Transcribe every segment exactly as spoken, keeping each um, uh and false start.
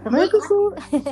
Oui. Re-coucou.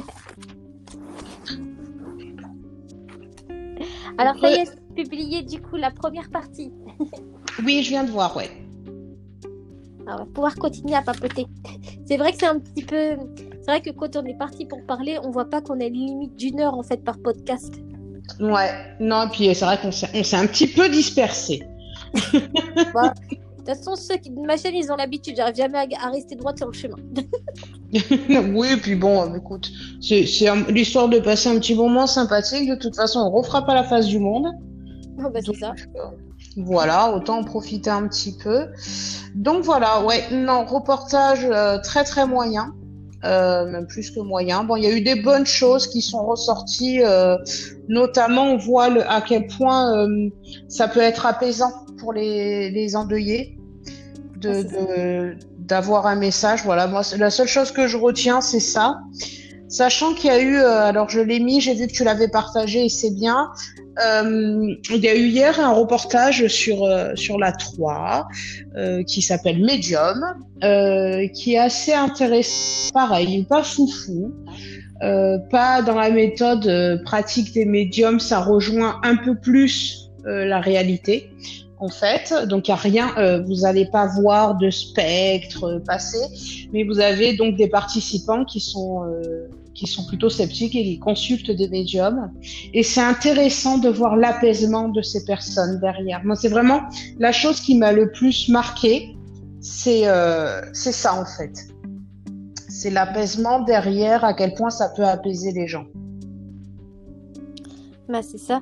Alors, ça y est, j'ai publié du coup la première partie. Oui, je viens de voir, ouais. Alors, on va pouvoir continuer à papoter. C'est vrai que c'est un petit peu... C'est vrai que quand on est parti pour parler, on voit pas qu'on a une limite d'une heure en fait par podcast. Ouais, non, et puis c'est vrai qu'on s'est, on s'est un petit peu dispersé. Bon, de toute façon, ceux qui de ma chaîne, ils ont l'habitude. J'arrive jamais à, à rester droite sur le chemin. Oui, et puis bon, écoute, c'est, c'est un- l'histoire de passer un petit moment sympathique. De toute façon, on refera pas la face du monde. Non, bah, Donc, c'est ça. euh, voilà, autant en profiter un petit peu. Donc voilà, ouais, non, reportage euh, très très moyen. Euh, même plus que moyen. Bon, il y a eu des bonnes choses qui sont ressorties, euh, notamment on voit le, à quel point euh, ça peut être apaisant pour les, les endeuillés de, Ah, c'est ça. de, d'avoir un message. Voilà, moi, c'est- la seule chose que je retiens, c'est ça. Sachant qu'il y a eu, euh, alors je l'ai mis, j'ai vu que tu l'avais partagé et c'est bien. Euh, il y a eu hier un reportage sur euh, sur la trois euh, qui s'appelle Medium, euh, qui est assez intéressant. Pareil, pas foufou, euh, pas dans la méthode euh, pratique des médiums, ça rejoint un peu plus euh, la réalité. En fait, donc il y a rien, euh, vous n'allez pas voir de spectre euh, passer, mais vous avez donc des participants qui sont euh, qui sont plutôt sceptiques et qui consultent des médiums. Et c'est intéressant de voir l'apaisement de ces personnes derrière. Moi, c'est vraiment la chose qui m'a le plus marqué, c'est euh, c'est ça en fait. C'est l'apaisement derrière, à quel point ça peut apaiser les gens. Bah, c'est ça.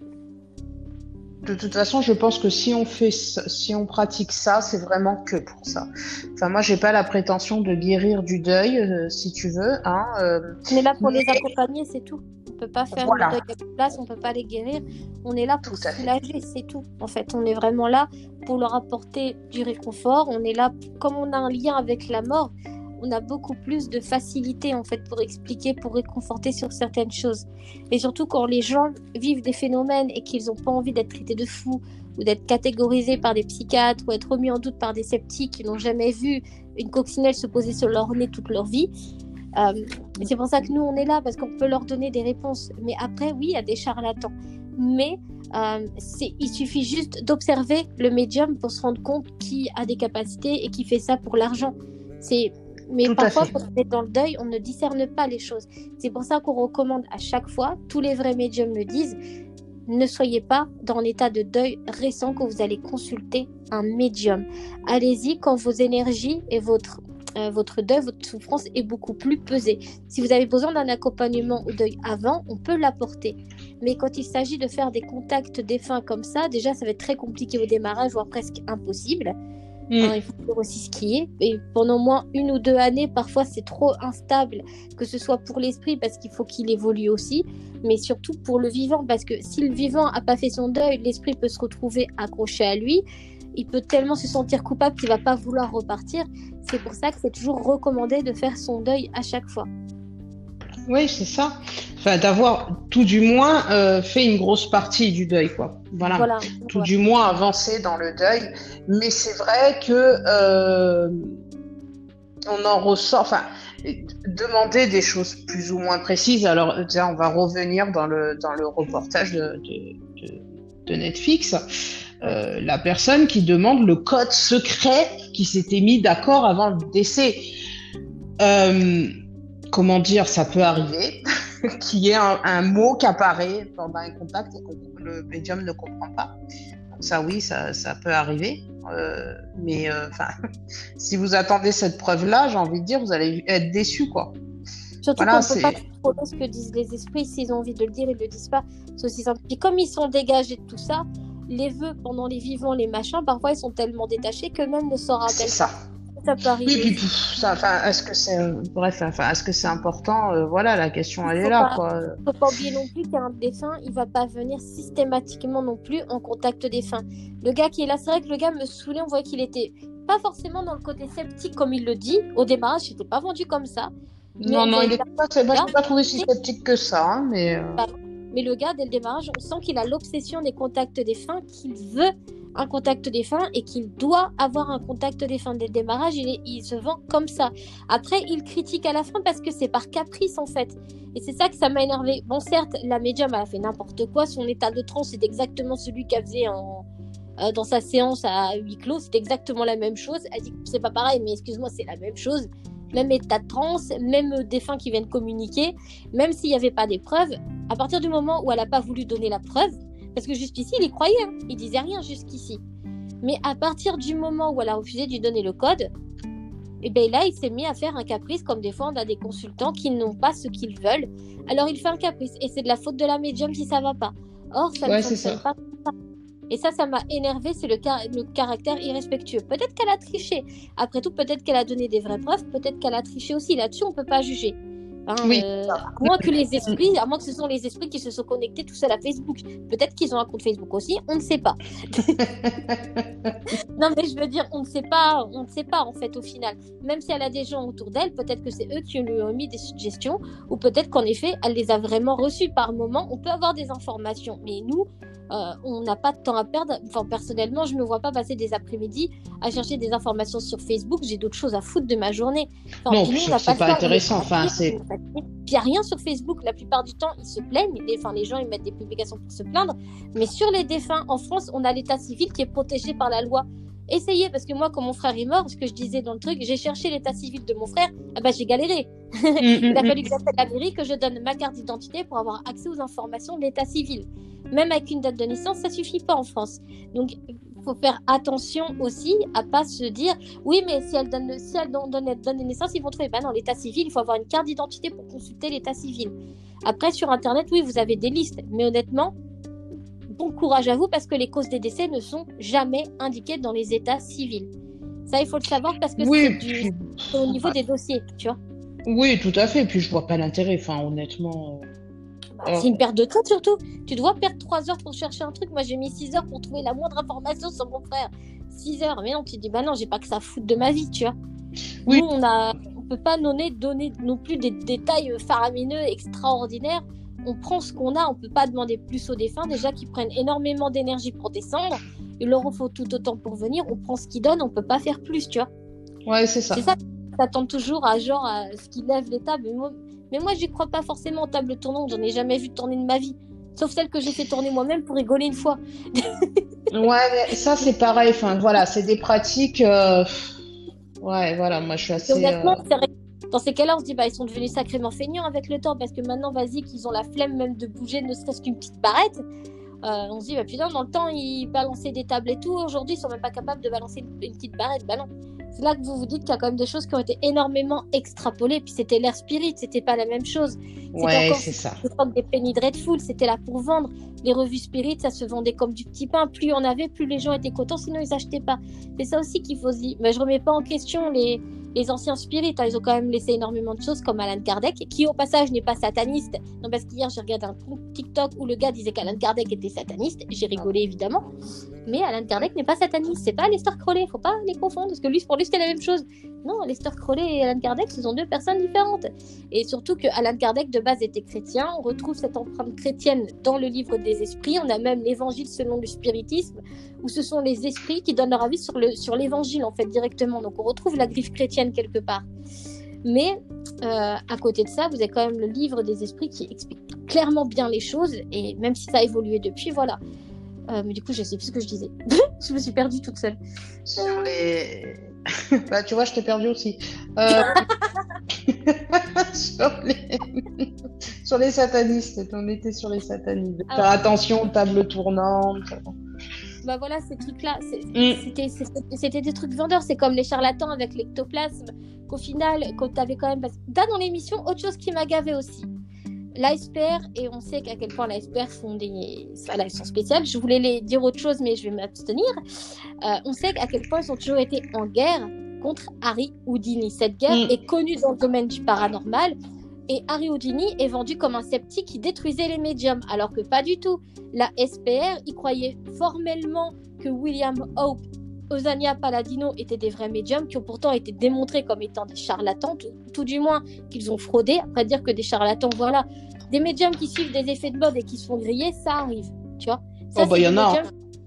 De toute façon, je pense que si on fait, ça- si on pratique ça, c'est vraiment que pour ça. Enfin, moi, j'ai pas la prétention de guérir du deuil, euh, si tu veux, hein. euh, On est là pour mais les accompagner, c'est tout. On peut pas faire le voilà, deuil à leur place, on peut pas les guérir. On est là pour tout à fait. soulager, c'est tout. En fait, on est vraiment là pour leur apporter du réconfort. On est là, comme on a un lien avec la mort, on a beaucoup plus de facilité en fait pour expliquer, pour réconforter sur certaines choses. Et surtout quand les gens vivent des phénomènes et qu'ils n'ont pas envie d'être traités de fous ou d'être catégorisés par des psychiatres ou être remis en doute par des sceptiques qui n'ont jamais vu une coccinelle se poser sur leur nez toute leur vie. Euh, c'est pour ça que nous on est là parce qu'on peut leur donner des réponses. Mais après, oui, il y a des charlatans. Mais euh, c'est, il suffit juste d'observer le médium pour se rendre compte qui a des capacités et qui fait ça pour l'argent. C'est... Mais Tout à parfois, fait. quand on est dans le deuil, on ne discerne pas les choses. C'est pour ça qu'on recommande à chaque fois, tous les vrais médiums le disent, ne soyez pas dans l'état de deuil récent quand vous allez consulter un médium. Allez-y quand vos énergies et votre Euh, votre deuil, votre souffrance est beaucoup plus pesée. Si vous avez besoin d'un accompagnement au deuil avant, on peut l'apporter. Mais quand il s'agit de faire des contacts défunts comme ça, déjà, ça va être très compliqué au démarrage, voire presque impossible. Mm. Hein, il faut savoir aussi ce qui est. Et pendant au moins une ou deux années, parfois, c'est trop instable, que ce soit pour l'esprit, parce qu'il faut qu'il évolue aussi, mais surtout pour le vivant, parce que si le vivant n'a pas fait son deuil, l'esprit peut se retrouver accroché à lui. Il peut tellement se sentir coupable qu'il ne va pas vouloir repartir. C'est pour ça que c'est toujours recommandé de faire son deuil à chaque fois. Oui, c'est ça. Enfin, d'avoir tout du moins euh, fait une grosse partie du deuil, quoi. Voilà. Voilà. Tout Ouais. du moins avancé dans le deuil. Mais c'est vrai que euh, on en ressort. Enfin, demander des choses plus ou moins précises. Alors, tiens, on va revenir dans le dans le reportage de de, de, de Netflix. Euh, la personne qui demande le code secret qui s'était mis d'accord avant le décès. Euh, comment dire, ça peut arriver qu'il y ait un, un mot qui apparaît pendant un contact et que le médium ne comprend pas. Donc ça, oui, ça, ça peut arriver. Euh, mais enfin, euh, si vous attendez cette preuve-là, j'ai envie de dire, vous allez être déçus, quoi. Surtout Voilà, qu'on ne peut c'est... pas contrôler ce que disent les esprits. S'ils ont envie de le dire, ils ne le disent pas. C'est aussi simple. Puis comme ils sont dégagés de tout ça, les vœux pendant les vivants, les machins, parfois ils sont tellement détachés qu'eux-mêmes ne s'en rappellent c'est ça. pas. Ça peut arriver. Oui, puis pff, ça, enfin, est-ce que c'est, bref, enfin, est-ce que c'est important euh, Voilà, la question elle Il est faut là, pas, quoi. faut pas oublier non plus qu'un défunt, il va pas venir systématiquement non plus en contact défunt. Le gars qui est là, c'est vrai que le gars me saoulait, on voyait qu'il était pas forcément dans le côté sceptique comme il le dit. Au démarrage, il n'était pas vendu comme ça. Mais Non, on non, voyait il est là, pas, c'est, moi, je là, n'ai pas trouvé si sceptique que ça, hein, mais. Euh... Mais le gars, dès le démarrage, on sent qu'il a l'obsession des contacts défunts, qu'il veut un contact défunt et qu'il doit avoir un contact défunt dès le démarrage. Il, est, il se vend comme ça. Après, il critique à la fin parce que c'est par caprice en fait. Et c'est ça que ça m'a énervé. Bon, certes, la médium elle a fait n'importe quoi. Son état de transe, c'est exactement celui qu'elle faisait en, euh, dans sa séance à huis clos. C'est exactement la même chose. Elle dit que c'est pas pareil, mais excuse-moi, c'est la même chose. Même état de transe, même défunts qui viennent communiquer, même s'il n'y avait pas des preuves. À partir du moment où elle n'a pas voulu donner la preuve, parce que jusqu'ici, il y croyait, hein, il disait rien jusqu'ici. Mais à partir du moment où elle a refusé de lui donner le code, et bien là, il s'est mis à faire un caprice, comme des fois, on a des consultants qui n'ont pas ce qu'ils veulent. Alors, il fait un caprice, et c'est de la faute de la médium si ça ne va pas. Or, ça ouais, ne fonctionne pas. Et ça, ça m'a énervé, c'est le, car- le caractère irrespectueux. Peut-être qu'elle a triché. Après tout, peut-être qu'elle a donné des vraies preuves, peut-être qu'elle a triché aussi. Là-dessus, on ne peut pas juger. Hein, oui. euh, à moins que les esprits, à moins que ce sont les esprits qui se sont connectés tout seuls à Facebook. Peut-être qu'ils ont un compte Facebook aussi, on ne sait pas. Non, mais je veux dire, on ne sait pas, on ne sait pas en fait au final. Même si elle a des gens autour d'elle, peut-être que c'est eux qui lui ont mis des suggestions, ou peut-être qu'en effet, elle les a vraiment reçues par moment. On peut avoir des informations, mais nous, euh, on n'a pas de temps à perdre. Enfin, personnellement, je ne me vois pas passer des après-midi à chercher des informations sur Facebook. J'ai d'autres choses à foutre de ma journée. Enfin, non, nous, c'est pas, pas, pas intéressant. Enfin, c'est... Puis il n'y a rien sur Facebook. La plupart du temps, ils se plaignent. Les, enfin, les gens, ils mettent des publications pour se plaindre. Mais sur les défunts, en France, on a l'état civil qui est protégé par la loi. Essayez, parce que moi, quand mon frère est mort, ce que je disais dans le truc, j'ai cherché l'état civil de mon frère, ah bah, j'ai galéré. Il a fallu que j'appelle la mairie, que je donne ma carte d'identité pour avoir accès aux informations de l'état civil. Même avec une date de naissance, ça suffit pas en France. Donc, il faut faire attention aussi à pas se dire, oui, mais si elle donne, si elle donne, donne, donne des naissances, ils vont trouver. Ben non, l'état civil, il faut avoir une carte d'identité pour consulter l'état civil. Après, sur Internet, oui, vous avez des listes, mais honnêtement, bon courage à vous parce que les causes des décès ne sont jamais indiquées dans les états civils. Ça, il faut le savoir parce que oui, c'est, du... puis... c'est au niveau des dossiers, tu vois. Oui, tout à fait. Puis je vois pas l'intérêt. Enfin, honnêtement. Bah, c'est une perte de temps surtout. Tu dois perdre trois heures pour chercher un truc. Moi, j'ai mis six heures pour trouver la moindre information sur mon frère. six heures. Mais non, tu te dis, bah non, j'ai pas que ça à foutre de ma vie, tu vois. Oui. Nous, on a, on peut pas donner, donner non plus des détails faramineux, extraordinaires. On prend ce qu'on a, on peut pas demander plus aux défunts. Déjà qu'ils prennent énormément d'énergie pour descendre. Il leur en faut tout autant pour venir. On prend ce qu'ils donnent, on peut pas faire plus, tu vois. Ouais, c'est ça. C'est ça. T'attends toujours à genre à ce qu'ils lèvent les tables. Mais moi, mais moi j'y crois pas forcément aux tables tournantes. J'en ai jamais vu tourner de ma vie. Sauf celle que j'ai fait tourner moi-même pour rigoler une fois. Ouais, mais ça c'est pareil. Enfin, voilà, c'est des pratiques. Euh... Ouais, voilà, moi je suis assez. Honnêtement, euh... c'est vrai. Dans ces cas-là, on se dit, bah, ils sont devenus sacrément feignants avec le temps, parce que maintenant, vas-y, qu'ils ont la flemme même de bouger, ne serait-ce qu'une petite barrette. Euh, on se dit, bah, putain, dans le temps, ils balançaient des tables et tout. Aujourd'hui, ils sont même pas capables de balancer une, une petite barrette. Bah non. C'est là que vous vous dites qu'il y a quand même des choses qui ont été énormément extrapolées. Puis c'était l'air spirit, c'était pas la même chose. C'était ouais, encore c'est ça. des Penny Dreadful, c'était là pour vendre. Les revues spirit, ça se vendait comme du petit pain. Plus on avait, plus les gens étaient contents, sinon ils achetaient pas. C'est ça aussi qu'il faut se dire. Mais je remets pas en question les, les anciens spirites. Hein. Ils ont quand même laissé énormément de choses, comme Alan Kardec, qui au passage n'est pas sataniste. Non, parce qu'hier j'ai regardé un TikTok où le gars disait qu'Alan Kardec était sataniste. J'ai rigolé évidemment. Mais Alan Kardec n'est pas sataniste. C'est pas Aleister Crowley. Faut pas les confondre, parce que lui, pour lui, c'était la même chose. Non, Aleister Crowley et Alan Kardec, ce sont deux personnes différentes. Et surtout que Alan Kardec, de base, était chrétien. On retrouve cette empreinte chrétienne dans le livre des esprits. On a même l'évangile selon le spiritisme, où ce sont les esprits qui donnent leur avis sur, le, sur l'évangile, en fait, directement. Donc, on retrouve la griffe chrétienne quelque part. Mais, euh, à côté de ça, vous avez quand même le livre des esprits qui explique clairement bien les choses. Et même si ça a évolué depuis, voilà. Euh, mais du coup, je sais plus ce que je disais. Je me suis perdue toute seule. Sur les... bah, tu vois, je t'ai perdue aussi. Euh... sur, les... sur les satanistes. On était sur les satanistes. Ah, faire ouais. Attention, table tournante. Bah voilà, ces trucs-là, c'est, mm. c'était, c'était, c'était des trucs vendeurs. C'est comme les charlatans avec l'ectoplasme. Qu'au final, quand t'avais quand même... Là, dans l'émission, autre chose qui m'a gavé aussi. L'A S P R, et on sait qu'à quel point l'A S P R font des... Voilà, ils sont spéciales. Je voulais les dire autre chose, mais je vais m'abstenir. Euh, on sait qu'à quel point ils ont toujours été en guerre contre Harry Houdini. Cette guerre mm. est connue dans le domaine du paranormal. Et Harry Houdini est vendu comme un sceptique qui détruisait les médiums, alors que pas du tout. La S P R, il croyait formellement que William Hope, Osania Palladino étaient des vrais médiums qui ont pourtant été démontrés comme étant des charlatans, tout, tout du moins qu'ils ont fraudé. Après dire que des charlatans, voilà, des médiums qui suivent des effets de mode et qui se font griller, ça arrive, tu vois. Ça, oh bah il y en a.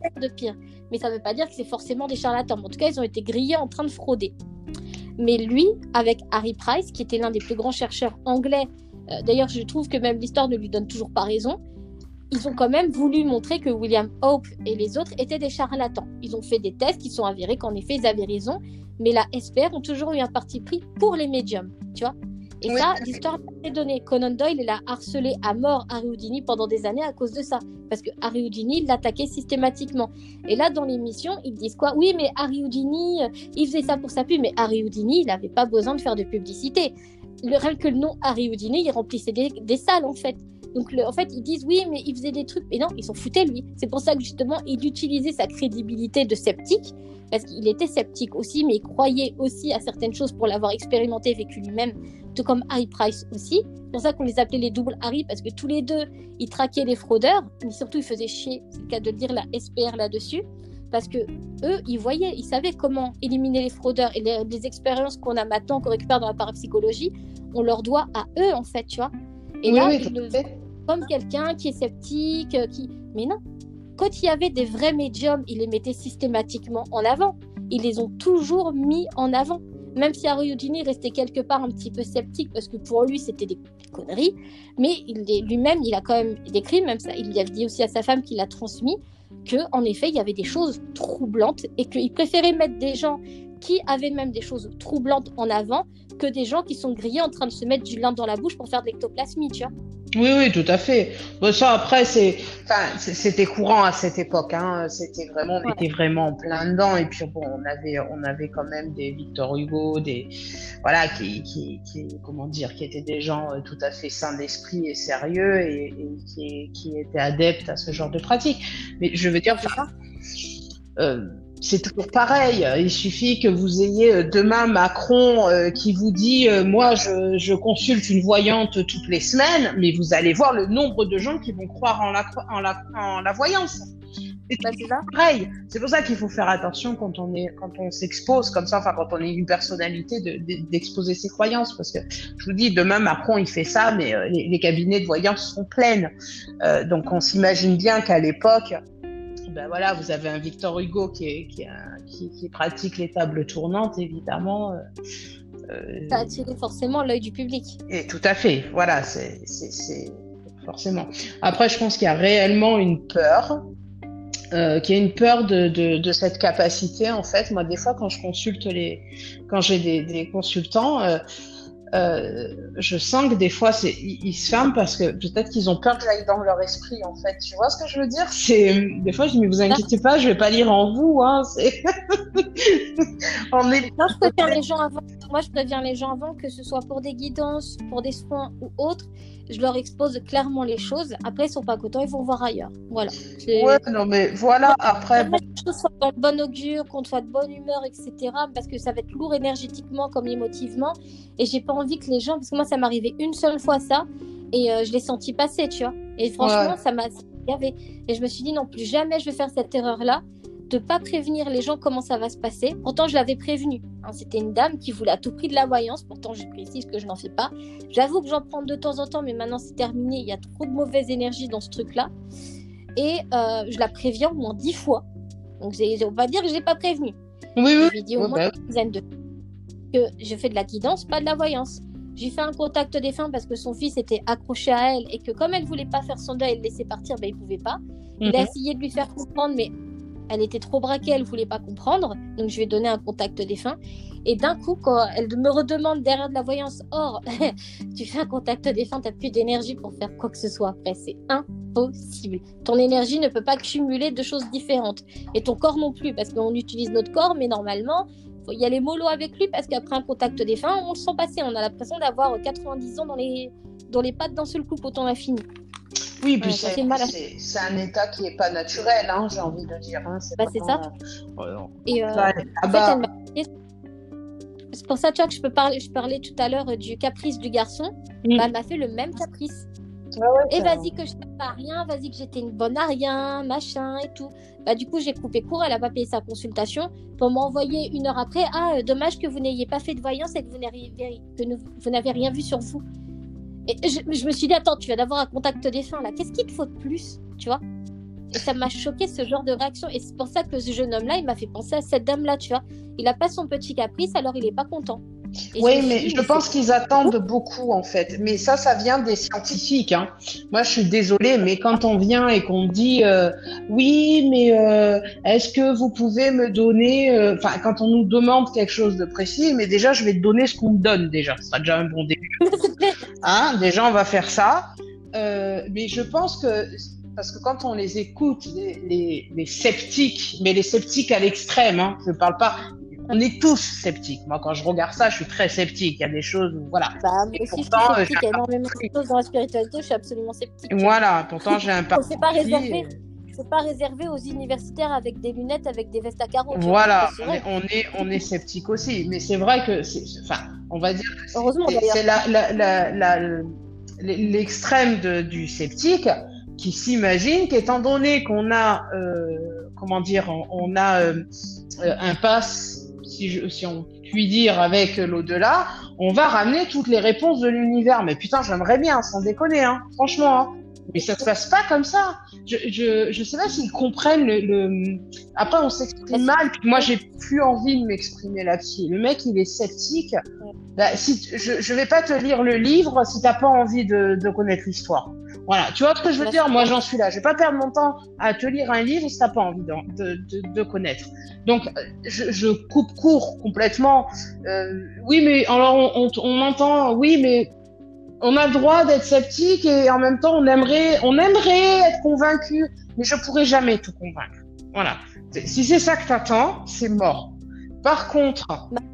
faire de pire. Mais ça ne veut pas dire que c'est forcément des charlatans. En tout cas, ils ont été grillés en train de frauder. Mais lui, avec Harry Price, qui était l'un des plus grands chercheurs anglais, euh, d'ailleurs, je trouve que même l'histoire ne lui donne toujours pas raison, ils ont quand même voulu montrer que William Hope et les autres étaient des charlatans. Ils ont fait des tests qui sont avérés qu'en effet, ils avaient raison, mais la S P R ont toujours eu un parti pris pour les médiums, tu vois. Et oui. Ça, l'histoire l'a donné. Conan Doyle, il a harcelé à mort Harry Houdini pendant des années à cause de ça. Parce que Harry Houdini l'attaquait systématiquement. Et là, dans l'émission, ils disent quoi ? Oui, mais Harry Houdini, il faisait ça pour sa pub. Mais Harry Houdini, il n'avait pas besoin de faire de publicité. Le, rien que le nom Harry Houdini, il remplissait des, des salles, en fait. Donc, le, en fait, ils disent oui, mais il faisait des trucs. Mais non, ils s'en foutaient, lui. C'est pour ça que, justement, il utilisait sa crédibilité de sceptique. Parce qu'il était sceptique aussi, mais il croyait aussi à certaines choses pour l'avoir expérimenté et vécu lui-même, tout comme Harry Price aussi. C'est pour ça qu'on les appelait les doubles Harry, parce que tous les deux, ils traquaient les fraudeurs, mais surtout, ils faisaient chier, c'est le cas de le dire, la S P R là-dessus, parce que eux, ils voyaient, ils savaient comment éliminer les fraudeurs, et les, les expériences qu'on a maintenant, qu'on récupère dans la parapsychologie, on leur doit à eux, en fait, tu vois. Et oui, là, oui, ils le voient comme quelqu'un qui est sceptique, qui... mais non. Quand il y avait des vrais médiums, ils les mettaient systématiquement en avant. Ils les ont toujours mis en avant. Même si Harry Houdini restait quelque part un petit peu sceptique, parce que pour lui, c'était des conneries. Mais il, lui-même, il a quand même décrit, même ça, il a dit aussi à sa femme qu'il a transmis, qu'en effet, il y avait des choses troublantes et qu'il préférait mettre des gens qui avaient même des choses troublantes en avant que des gens qui sont grillés en train de se mettre du lin dans la bouche pour faire de l'ectoplasmie, tu vois. Oui, oui, tout à fait. Bon, ça, après, c'est, enfin, c'était courant à cette époque, hein. C'était vraiment, on ouais. était vraiment en plein dedans. Et puis, bon, on avait, on avait quand même des Victor Hugo, des, voilà, qui, qui, qui, comment dire, qui étaient des gens tout à fait sains d'esprit et sérieux et, et qui, qui étaient adeptes à ce genre de pratique. Mais je veux dire, enfin, euh, c'est toujours pareil. Il suffit que vous ayez demain Macron euh, qui vous dit euh, moi je, je consulte une voyante toutes les semaines, mais vous allez voir le nombre de gens qui vont croire en la, en la, en la voyance. C'est bah, pareil. C'est pour ça qu'il faut faire attention quand on est quand on s'expose comme ça, enfin quand on est une personnalité de, de, d'exposer ses croyances, parce que je vous dis demain Macron il fait ça, mais euh, les, les cabinets de voyance sont pleins. Euh, donc on s'imagine bien qu'à l'époque ben voilà, vous avez un Victor Hugo qui, est, qui, a, qui, qui pratique les tables tournantes, évidemment. Euh, Ça a attiré forcément l'œil du public. Et tout à fait, voilà, c'est, c'est, c'est forcément. Après, je pense qu'il y a réellement une peur, euh, qu'il y a une peur de, de, de cette capacité. En fait, moi, des fois, quand je consulte les, quand j'ai des, des consultants, euh, Euh, je sens que des fois c'est, ils, ils se ferment parce que peut-être qu'ils ont peur que j'aille dans leur esprit en fait. Tu vois ce que je veux dire ? C'est des fois je dis mais vous inquiétez pas, je vais pas lire en vous. Hein. C'est... On est... Non, je préviens les gens avant. Moi, je préviens les gens avant que ce soit pour des guidances, pour des soins ou autres. Je leur expose clairement les choses. Après, ils sont pas contents, ils vont voir ailleurs. Voilà. C'est... Ouais, non mais voilà. Après, bon... que les choses soient dans le bon augure, qu'on soit de bonne humeur, et cetera. Parce que ça va être lourd énergétiquement comme émotivement. Et j'ai pas envie que les gens, parce que moi, ça m'est arrivé une seule fois ça, et euh, je l'ai senti passer, tu vois. Et franchement, ouais. ça m'a gavé. Et je me suis dit non, plus jamais je vais faire cette erreur-là, de pas prévenir les gens comment ça va se passer. Pourtant, je l'avais prévenu. Hein, c'était une dame qui voulait à tout prix de la voyance. Pourtant, je précise que je n'en fais pas. J'avoue que j'en prends de temps en temps, mais maintenant c'est terminé. Il y a trop de mauvaise énergie dans ce truc-là. Et euh, je la préviens au moins dix fois. Donc, j'ai, on va dire que je l'ai pas prévenu. Oui, oui. Je lui ai dit au moins une dizaine de que je fais de la guidance, pas de la voyance. J'ai fait un contact défunt parce que son fils était accroché à elle et que comme elle voulait pas faire son deuil et le laisser partir, ben il pouvait pas. Il mm-hmm. a essayé de lui faire comprendre, mais elle était trop braquée, elle voulait pas comprendre. Donc je lui ai donné un contact défunt. Et d'un coup, quand elle me redemande derrière de la voyance, or, tu fais un contact défunt, t'as plus d'énergie pour faire quoi que ce soit après. C'est impossible. Ton énergie ne peut pas cumuler deux choses différentes. Et ton corps non plus, parce qu'on utilise notre corps, mais normalement, il y a les mollo avec lui parce qu'après un contact défunt, on le sent passer. On a l'impression d'avoir quatre-vingt-dix ans dans les, dans les pattes d'un seul coup quand on a fini. Oui, puis ouais, c'est, c'est, c'est un état qui n'est pas naturel, hein, j'ai envie de dire. Hein. C'est, bah, c'est ça. Euh, Et euh, en fait, elle m'a... C'est pour ça tu vois, que je, peux parler, je parlais tout à l'heure du caprice du garçon. Mmh. Bah, elle m'a fait le même caprice. Ah ouais, et vas-y que je n'aime pas rien, vas-y que j'étais une bonne à rien, machin et tout. Bah, du coup, j'ai coupé court, elle n'a pas payé sa consultation pour m'envoyer une heure après. Ah, euh, dommage que vous n'ayez pas fait de voyance et que vous n'avez, que nous, vous n'avez rien vu sur vous. Et je, je me suis dit, attends, tu vas d'avoir un contact défunt là, qu'est-ce qu'il te faut de plus, tu vois ? Et ça m'a choqué ce genre de réaction. Et c'est pour ça que ce jeune homme-là, il m'a fait penser à cette dame-là, tu vois. Il n'a pas son petit caprice, alors il n'est pas content. Et Oui, je mais dis, je mais pense c'est... qu'ils attendent beaucoup, en fait. Mais ça, ça vient des scientifiques, hein. Moi, je suis désolée, mais quand on vient et qu'on dit euh, oui, mais euh, est-ce que vous pouvez me donner, euh, enfin, quand on nous demande quelque chose de précis, mais déjà, je vais te donner ce qu'on me donne déjà. Ce sera déjà un bon début. Hein, déjà, on va faire ça. Euh, mais je pense que parce que quand on les écoute, les, les, les sceptiques, mais les sceptiques à l'extrême, hein, je ne parle pas. On est tous sceptiques. Moi, quand je regarde ça, je suis très sceptique. Il y a des choses où, voilà. Bah, moi Et aussi, je suis pourtant, j'ai sceptique. Il y a un énormément parti de choses dans la spiritualité, je suis absolument sceptique. pris. Voilà, pourtant, j'ai un parti C'est pas pris. réservé. C'est pas réservé aux universitaires avec des lunettes, avec des vestes à carreaux. Tu vois, Voilà, c'est on est, sûr. on est, on est sceptique aussi. Mais c'est vrai que, c'est, enfin, on va dire que c'est, Heureusement c'est, d'ailleurs. c'est la, la, la, la, l'extrême de, du sceptique qui s'imagine qu'étant donné qu'on a, euh, comment dire, on, on a euh, un pass, si, je, si on puis dire, avec l'au-delà, on va ramener toutes les réponses de l'univers. Mais putain, j'aimerais bien, sans déconner, hein, franchement. Hein. Mais ça se passe pas comme ça. Je, je, je sais pas s'ils comprennent le, le... Après, on s'exprime mal. Puis moi, j'ai plus envie de m'exprimer là-dessus. Le mec, il est sceptique. Bah, si je, je vais pas te lire le livre si t'as pas envie de, de connaître l'histoire. Voilà. Tu vois ce que je veux dire? Moi, j'en suis là. Je vais pas perdre mon temps à te lire un livre si t'as pas envie de, de, de, de connaître. Donc, je, je coupe court complètement. Euh, oui, mais alors on, on, on entend. Oui, mais on a le droit d'être sceptique et en même temps, on aimerait, on aimerait être convaincu, mais je pourrais jamais te convaincre. Voilà. Si c'est ça que t'attends, c'est mort. Par contre,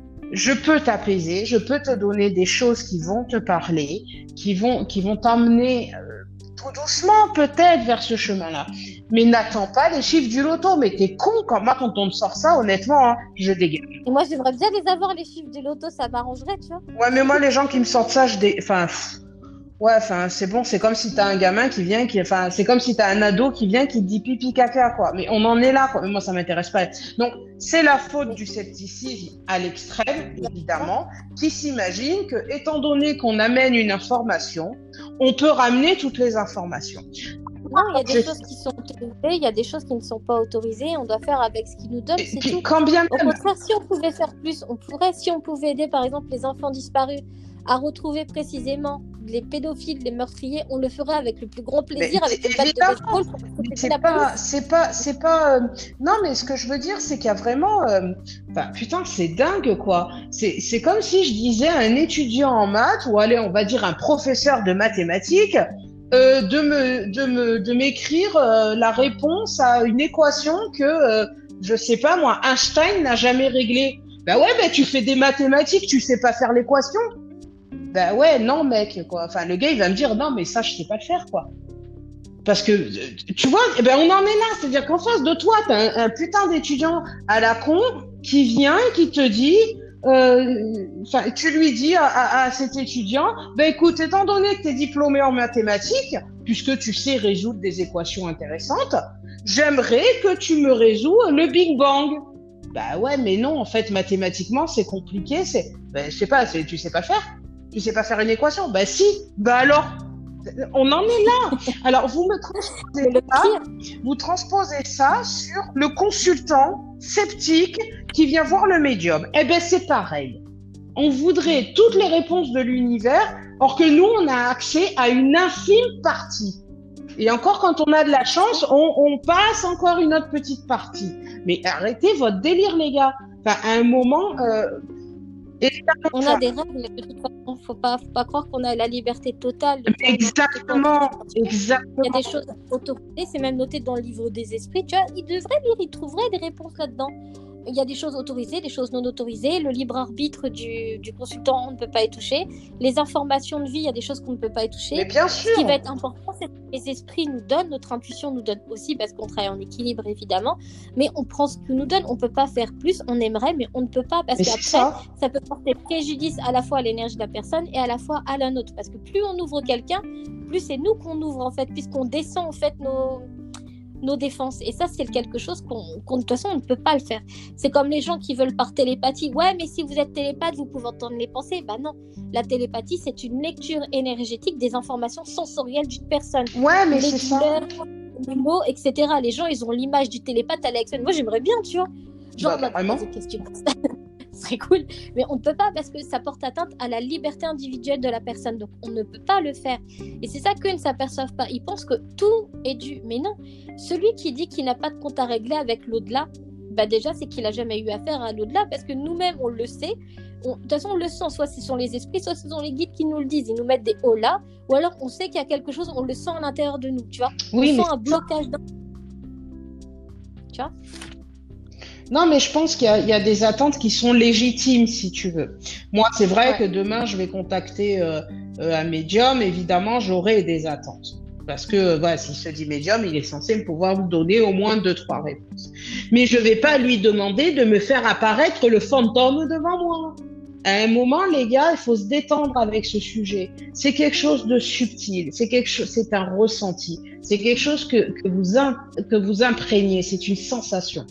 je peux t'apaiser, je peux te donner des choses qui vont te parler, qui vont, qui vont t'emmener euh, tout doucement peut-être vers ce chemin-là. Mais n'attends pas les chiffres du loto. Mais t'es con quand moi quand on me sort ça, honnêtement, hein, je dégage. Et moi, j'aimerais bien les avoir, les chiffres du loto, ça m'arrangerait, tu vois. Ouais, mais moi, les gens qui me sortent ça, je dé... Enfin, pff, ouais, enfin, c'est bon, c'est comme si t'as un gamin qui vient, qui... Enfin, c'est comme si t'as un ado qui vient, qui te dit pipi caca, quoi. Mais on en est là, quoi. Mais moi, ça m'intéresse pas. Donc, c'est la faute du scepticisme à l'extrême, évidemment, qui s'imagine que, étant donné qu'on amène une information, on peut ramener toutes les informations. Non, il y a des choses qui sont autorisées, il y a des choses qui ne sont pas autorisées, on doit faire avec ce qu'ils nous donnent, Et c'est puis, tout. quand bien Au même... contraire, si on pouvait faire plus, on pourrait, si on pouvait aider par exemple les enfants disparus à retrouver précisément les pédophiles, les meurtriers, on le ferait avec le plus grand plaisir, Mais avec une batte de baseball pour protéger c'est la pas, police. c'est pas, c'est pas. euh, Non, mais ce que je veux dire, c'est qu'il y a vraiment. euh, Enfin, putain, c'est dingue, quoi. C'est, c'est comme si je disais à un étudiant en maths, ou allez, on va dire un professeur de mathématiques, euh, de me, de me, de m'écrire euh, la réponse à une équation que, euh, je sais pas moi, Einstein n'a jamais réglée. Bah ouais, bah tu fais des mathématiques, tu sais pas faire l'équation. Bah ouais, non, mec, quoi. Enfin, le gars, il va me dire, non, mais ça, je sais pas le faire, quoi. Parce que, tu vois, eh ben, on en est là. C'est-à-dire qu'en face de toi, t'as un, un putain d'étudiant à la con qui vient et qui te dit, enfin, euh, tu lui dis à, à, à cet étudiant, ben écoute, étant donné que t'es diplômé en mathématiques, puisque tu sais résoudre des équations intéressantes, j'aimerais que tu me résous le Big Bang. Bah ouais, mais non, en fait, mathématiquement, c'est compliqué. C'est, ben, je sais pas, c'est, tu sais pas faire. Tu sais pas faire une équation? Bah si. Bah alors, on en est là. Alors vous me transposez ça, vous transposez ça sur le consultant sceptique qui vient voir le médium. Eh ben c'est pareil. On voudrait toutes les réponses de l'univers, or que nous on a accès à une infime partie. Et encore quand on a de la chance, on, on passe encore une autre petite partie. Mais arrêtez votre délire les gars. Enfin à un moment. Euh, On a des règles, de toute façon, faut pas, faut pas croire qu'on a la liberté totale. De exactement, exactement. Il y a des choses autorisées, c'est même noté dans le livre des esprits. Tu vois, il devrait lire, il trouverait des réponses là-dedans. Il y a des choses autorisées, des choses non autorisées. Le libre arbitre du, du consultant, on ne peut pas y toucher. Les informations de vie, il y a des choses qu'on ne peut pas y toucher. Mais bien sûr. Ce qui va être important, c'est que les esprits nous donnent, notre intuition nous donne aussi, parce qu'on travaille en équilibre évidemment. Mais on prend ce que nous donne. On ne peut pas faire plus. On aimerait, mais on ne peut pas parce mais qu'après, ça. ça peut porter préjudice à la fois à l'énergie de la personne et à la fois à la nôtre. Parce que plus on ouvre quelqu'un, plus c'est nous qu'on ouvre en fait, puisqu'on descend en fait nos nos défenses. Et ça, c'est quelque chose qu'on, qu'on, de toute façon, on ne peut pas le faire. C'est comme les gens qui veulent par télépathie. Ouais, mais si vous êtes télépathe, vous pouvez entendre les pensées. Bah non. La télépathie, c'est une lecture énergétique des informations sensorielles d'une personne. Ouais, mais les c'est douleurs, ça. animaux, et cetera. Les gens, ils ont l'image du télépathe à l'Alex. Moi, j'aimerais bien, tu vois. Genre, bah, on a posé des questions comme ça. Ce serait cool. Mais on ne peut pas parce que ça porte atteinte à la liberté individuelle de la personne. Donc, on ne peut pas le faire. Et c'est ça qu'eux ne s'aperçoivent pas. Ils pensent que tout est dû. Mais non. Celui qui dit qu'il n'a pas de compte à régler avec l'au-delà, bah déjà, c'est qu'il n'a jamais eu affaire à l'au-delà parce que nous-mêmes, on le sait. On... De toute façon, on le sent. Soit ce sont les esprits, soit ce sont les guides qui nous le disent. Ils nous mettent des hauts là. Ou alors, on sait qu'il y a quelque chose, on le sent à l'intérieur de nous. Tu vois, oui, on mais... sent un blocage dans... Tu vois. Non, mais je pense qu'il y a, il y a des attentes qui sont légitimes, si tu veux. Moi, c'est vrai Ouais. que demain, je vais contacter euh, euh, un médium. Évidemment, j'aurai des attentes. Parce que voilà, s'il se dit médium, il est censé pouvoir me donner au moins deux, trois réponses. Mais je ne vais pas lui demander de me faire apparaître le fantôme devant moi. À un moment, les gars, il faut se détendre avec ce sujet. C'est quelque chose de subtil, c'est quelque chose, c'est un ressenti, c'est quelque chose que, que vous in, que vous imprégnez, c'est une sensation.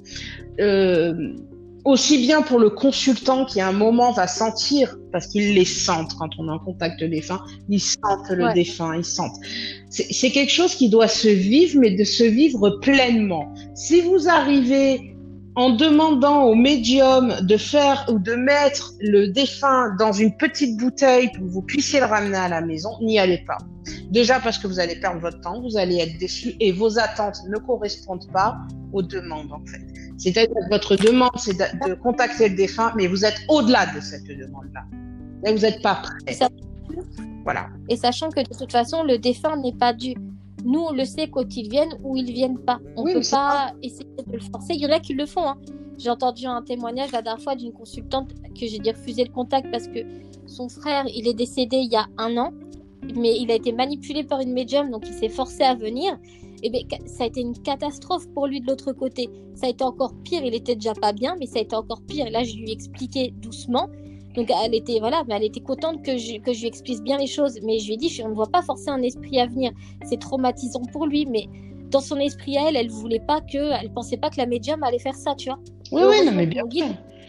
Euh, aussi bien pour le consultant qui à un moment va sentir, parce qu'ils les sentent quand on est en contact défunt, ils sentent le Ouais. défunt, ils sentent. C'est, c'est quelque chose qui doit se vivre, mais de se vivre pleinement. Si vous arrivez en demandant au médium de faire ou de mettre le défunt dans une petite bouteille pour que vous puissiez le ramener à la maison, n'y allez pas. Déjà parce que vous allez perdre votre temps, vous allez être déçus et vos attentes ne correspondent pas aux demandes en fait. C'est-à-dire que votre demande, c'est de, de contacter le défunt, mais vous êtes au-delà de cette demande-là. Là, vous n'êtes pas prêt. Ça... Voilà. Et sachant que de toute façon, le défunt n'est pas dû. Nous, on le sait quand ils viennent ou ils viennent pas. On ne oui, peut pas pas... essayer de le forcer. Il y en a qui le font. Hein. J'ai entendu un témoignage la dernière fois d'une consultante que j'ai dit refuser le contact parce que son frère, il est décédé il y a un an, mais il a été manipulé par une médium, donc il s'est forcé à venir. Et bien, ça a été une catastrophe pour lui de l'autre côté. Ça a été encore pire. Il était déjà pas bien, mais ça a été encore pire. Et là, je lui ai expliqué doucement. Donc, elle était, voilà, mais elle était contente que je, que je lui explique bien les choses. Mais je lui ai dit, on ne voit pas forcer un esprit à venir. C'est traumatisant pour lui, mais dans son esprit à elle, elle voulait pas que, elle pensait pas que la médium allait faire ça, tu vois. Oui, oui, non, mais bien sûr.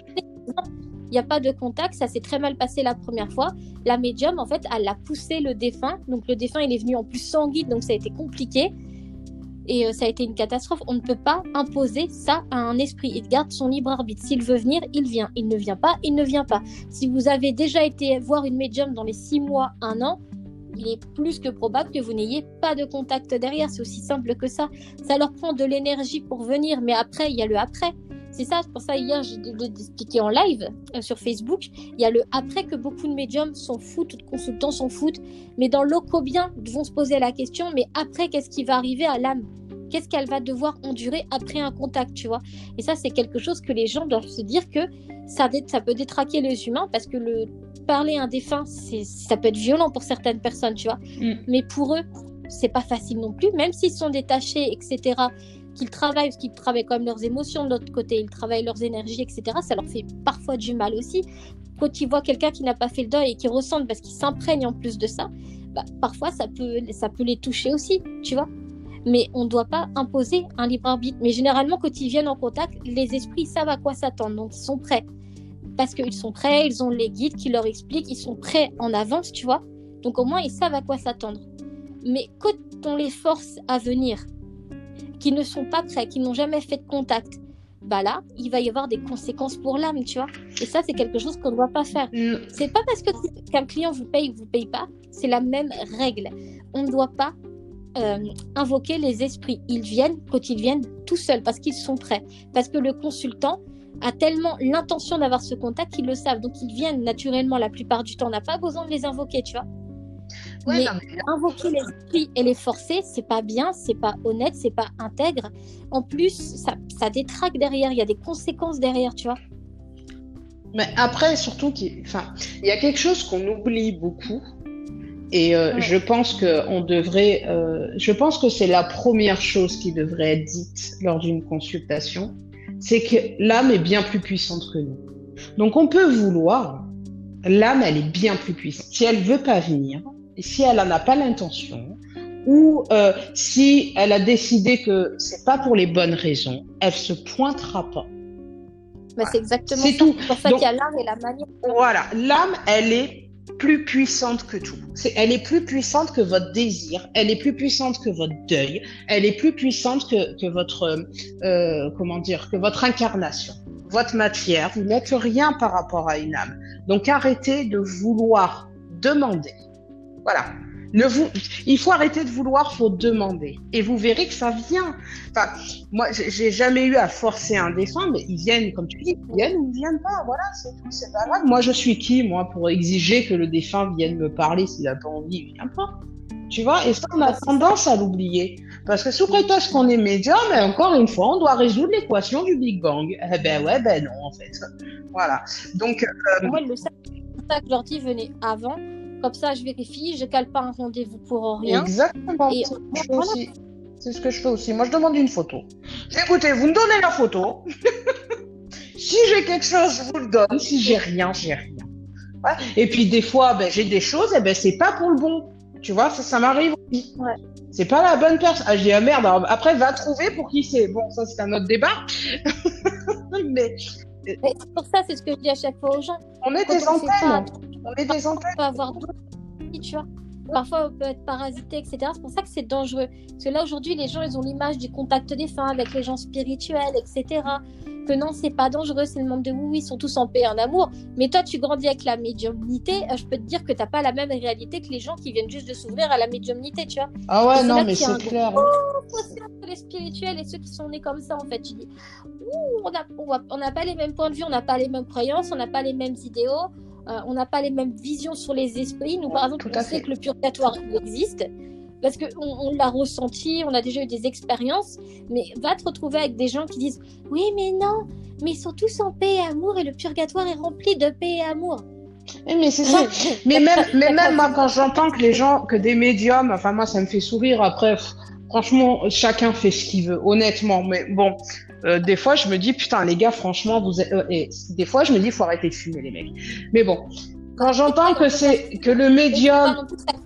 Il n'y a pas de contact, ça s'est très mal passé la première fois. La médium, en fait, elle a poussé le défunt. Donc, le défunt, il est venu en plus sans guide, donc ça a été compliqué. Et euh, ça a été une catastrophe. On ne peut pas imposer ça à un esprit. Il garde son libre arbitre. S'il veut venir, il vient. Il ne vient pas, il ne vient pas. Si vous avez déjà été voir une médium dans les six mois, un an, il est plus que probable que vous n'ayez pas de contact derrière. C'est aussi simple que ça. Ça leur prend de l'énergie pour venir, mais après, il y a le après. C'est ça, c'est pour ça hier, j'ai expliqué en live euh, sur Facebook, il y a le après que beaucoup de médiums s'en foutent, de consultants s'en foutent, mais dans l'ocobien, ils vont se poser la question, mais après, qu'est-ce qui va arriver à l'âme ? Qu'est-ce qu'elle va devoir endurer après un contact, tu vois ? Et ça, c'est quelque chose que les gens doivent se dire que ça, dé- ça peut détraquer les humains parce que le parler à un défunt, c'est, ça peut être violent pour certaines personnes, tu vois. Mm. Mais pour eux, c'est pas facile non plus, même s'ils sont détachés, et cetera, qu'ils travaillent, parce qu'ils travaillent quand même leurs émotions de l'autre côté, ils travaillent leurs énergies, et cetera. Ça leur fait parfois du mal aussi. Quand ils voient quelqu'un qui n'a pas fait le deuil et qui ressentent parce qu'ils s'imprègnent en plus de ça, bah, parfois ça peut, ça peut les toucher aussi, tu vois. Mais on ne doit pas imposer un libre arbitre. Mais généralement, quand ils viennent en contact, les esprits savent à quoi s'attendre, donc ils sont prêts. Parce qu'ils sont prêts, ils ont les guides qui leur expliquent, ils sont prêts en avance, tu vois. Donc au moins, ils savent à quoi s'attendre. Mais quand on les force à venir, qui ne sont pas prêts, qui n'ont jamais fait de contact, bah là, il va y avoir des conséquences pour l'âme, tu vois. Et ça, c'est quelque chose qu'on ne doit pas faire. Mm. C'est pas parce que, qu'un client vous paye ou vous paye pas, c'est la même règle. On ne doit pas euh, invoquer les esprits. Ils viennent quand ils viennent tout seuls, parce qu'ils sont prêts. Parce que le consultant a tellement l'intention d'avoir ce contact qu'ils le savent. Donc, ils viennent naturellement la plupart du temps. On n'a pas besoin de les invoquer, tu vois. Ouais, mais, non, mais invoquer les esprits et les forcer, c'est pas bien, c'est pas honnête, c'est pas intègre. En plus, ça, ça détraque derrière, il y a des conséquences derrière, tu vois. Mais après, surtout, qu'il, enfin, il y a quelque chose qu'on oublie beaucoup, et euh, ouais. je pense que on devrait, euh, je pense que c'est la première chose qui devrait être dite lors d'une consultation, c'est que l'âme est bien plus puissante que nous. Donc, on peut vouloir, l'âme, elle est bien plus puissante. Si elle veut pas venir, si elle n'en a pas l'intention, ou euh, si elle a décidé que c'est pas pour les bonnes raisons, elle se pointera pas. Mais voilà. C'est exactement c'est ça. Tout. C'est pour ça Donc, qu'il y a l'âme et la manière. Voilà, l'âme, elle est plus puissante que tout. C'est, elle est plus puissante que votre désir, elle est plus puissante que votre deuil, elle est plus puissante que, que votre, euh, comment dire, que votre incarnation, votre matière. Vous n'êtes rien par rapport à une âme. Donc arrêtez de vouloir demander. Voilà. Ne vous, il faut arrêter de vouloir, faut demander. Et vous verrez que ça vient. Enfin, moi, j'ai jamais eu à forcer un défunt, mais ils viennent, comme tu dis, ils viennent ou ils viennent pas. Voilà, c'est tout, c'est pas grave. Moi, je suis qui, moi, pour exiger que le défunt vienne me parler s'il a pas envie, il vient pas. Tu vois, et ça, on a tendance à l'oublier. Parce que sous prétexte qu'on est médium, et encore une fois, on doit résoudre l'équation du Big Bang. Eh ben ouais, ben non, en fait. Voilà. Donc, euh... moi, le sac, le sac, je leur dis, venez avant. Comme ça, je vérifie, je cale pas un rendez-vous pour rien. Exactement. Et, c'est, ce voilà. aussi. c'est ce que je fais aussi. Moi, je demande une photo. Écoutez, vous me donnez la photo. Si j'ai quelque chose, je vous le donne. Si j'ai rien, j'ai rien. Ouais. Et puis, des fois, ben, j'ai des choses, et ben, c'est pas pour le bon. Tu vois, ça, ça m'arrive aussi. Ouais. C'est pas la bonne personne. Ah, je dis, ah merde, alors, après, va trouver pour qui c'est. Bon, ça, c'est un autre débat. Mais... Mais c'est pour ça, c'est ce que je dis à chaque fois aux gens. On est Quand des on antennes. Pas, on est des antennes. On peut avoir d'autres, tu vois. Parfois, on peut être parasité, et cetera. C'est pour ça que c'est dangereux. Parce que là, aujourd'hui, les gens, ils ont l'image du contact défunt avec les gens spirituels, et cetera. Que non, c'est pas dangereux, c'est le monde de oui, oui, ils sont tous en paix et en amour. Mais toi, tu grandis avec la médiumnité, je peux te dire que t'as pas la même réalité que les gens qui viennent juste de s'ouvrir à la médiumnité, tu vois. Ah ouais, non, mais c'est clair. Oh, les spirituels et ceux qui sont nés comme ça, en fait. Tu dis, ouh, on n'a on a pas les mêmes points de vue, on n'a pas les mêmes croyances, on n'a pas les mêmes idéaux. Euh, on n'a pas les mêmes visions sur les esprits. Nous, par exemple, on sait que le purgatoire existe parce qu'on on l'a ressenti, on a déjà eu des expériences, mais va te retrouver avec des gens qui disent « Oui, mais non, mais ils sont tous en paix et amour et le purgatoire est rempli de paix et amour. » Oui, mais c'est ça. mais même, mais même moi, quand j'entends que les gens, que des médiums, enfin moi, ça me fait sourire. Après, pff, franchement, chacun fait ce qu'il veut, honnêtement. Mais bon, euh, des fois, je me dis, putain, les gars, franchement, vous êtes... Euh, et des fois, je me dis, il faut arrêter de fumer, les mecs. Mais bon, quand j'entends que c'est que le médium...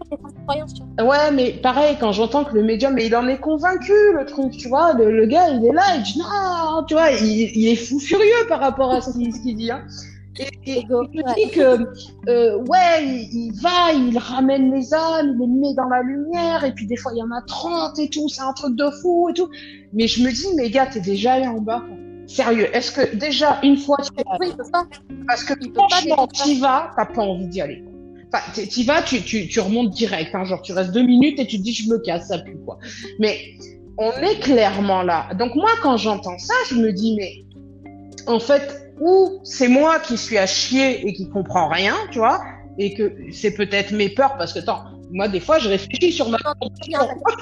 Ouais, mais pareil, quand j'entends que le médium, mais il en est convaincu, le truc, tu vois, le, le gars, il est là, il dit, non, tu vois, il, il est fou furieux par rapport à ce qu'il, ce qu'il dit, hein. Et, et il me dit que euh, ouais, il, il va, il ramène les âmes, il les met dans la lumière, et puis des fois il y en a trente et tout, c'est un truc de fou et tout. Mais je me dis, mais gars, t'es déjà allé en bas, quoi. Sérieux, est-ce que déjà une fois tu vas, oui, il peut pas. Parce que franchement, t'y vas, t'as pas envie d'y aller. Enfin, t'y vas, tu, tu, tu remontes direct, hein, genre tu restes deux minutes et tu te dis je me casse, ça pue quoi. Mais on est clairement là. Donc moi, quand j'entends ça, je me dis mais en fait. Ou c'est moi qui suis à chier et qui comprends rien, tu vois, et que c'est peut-être mes peurs, parce que, attends, moi, des fois, je réfléchis sur ma condition.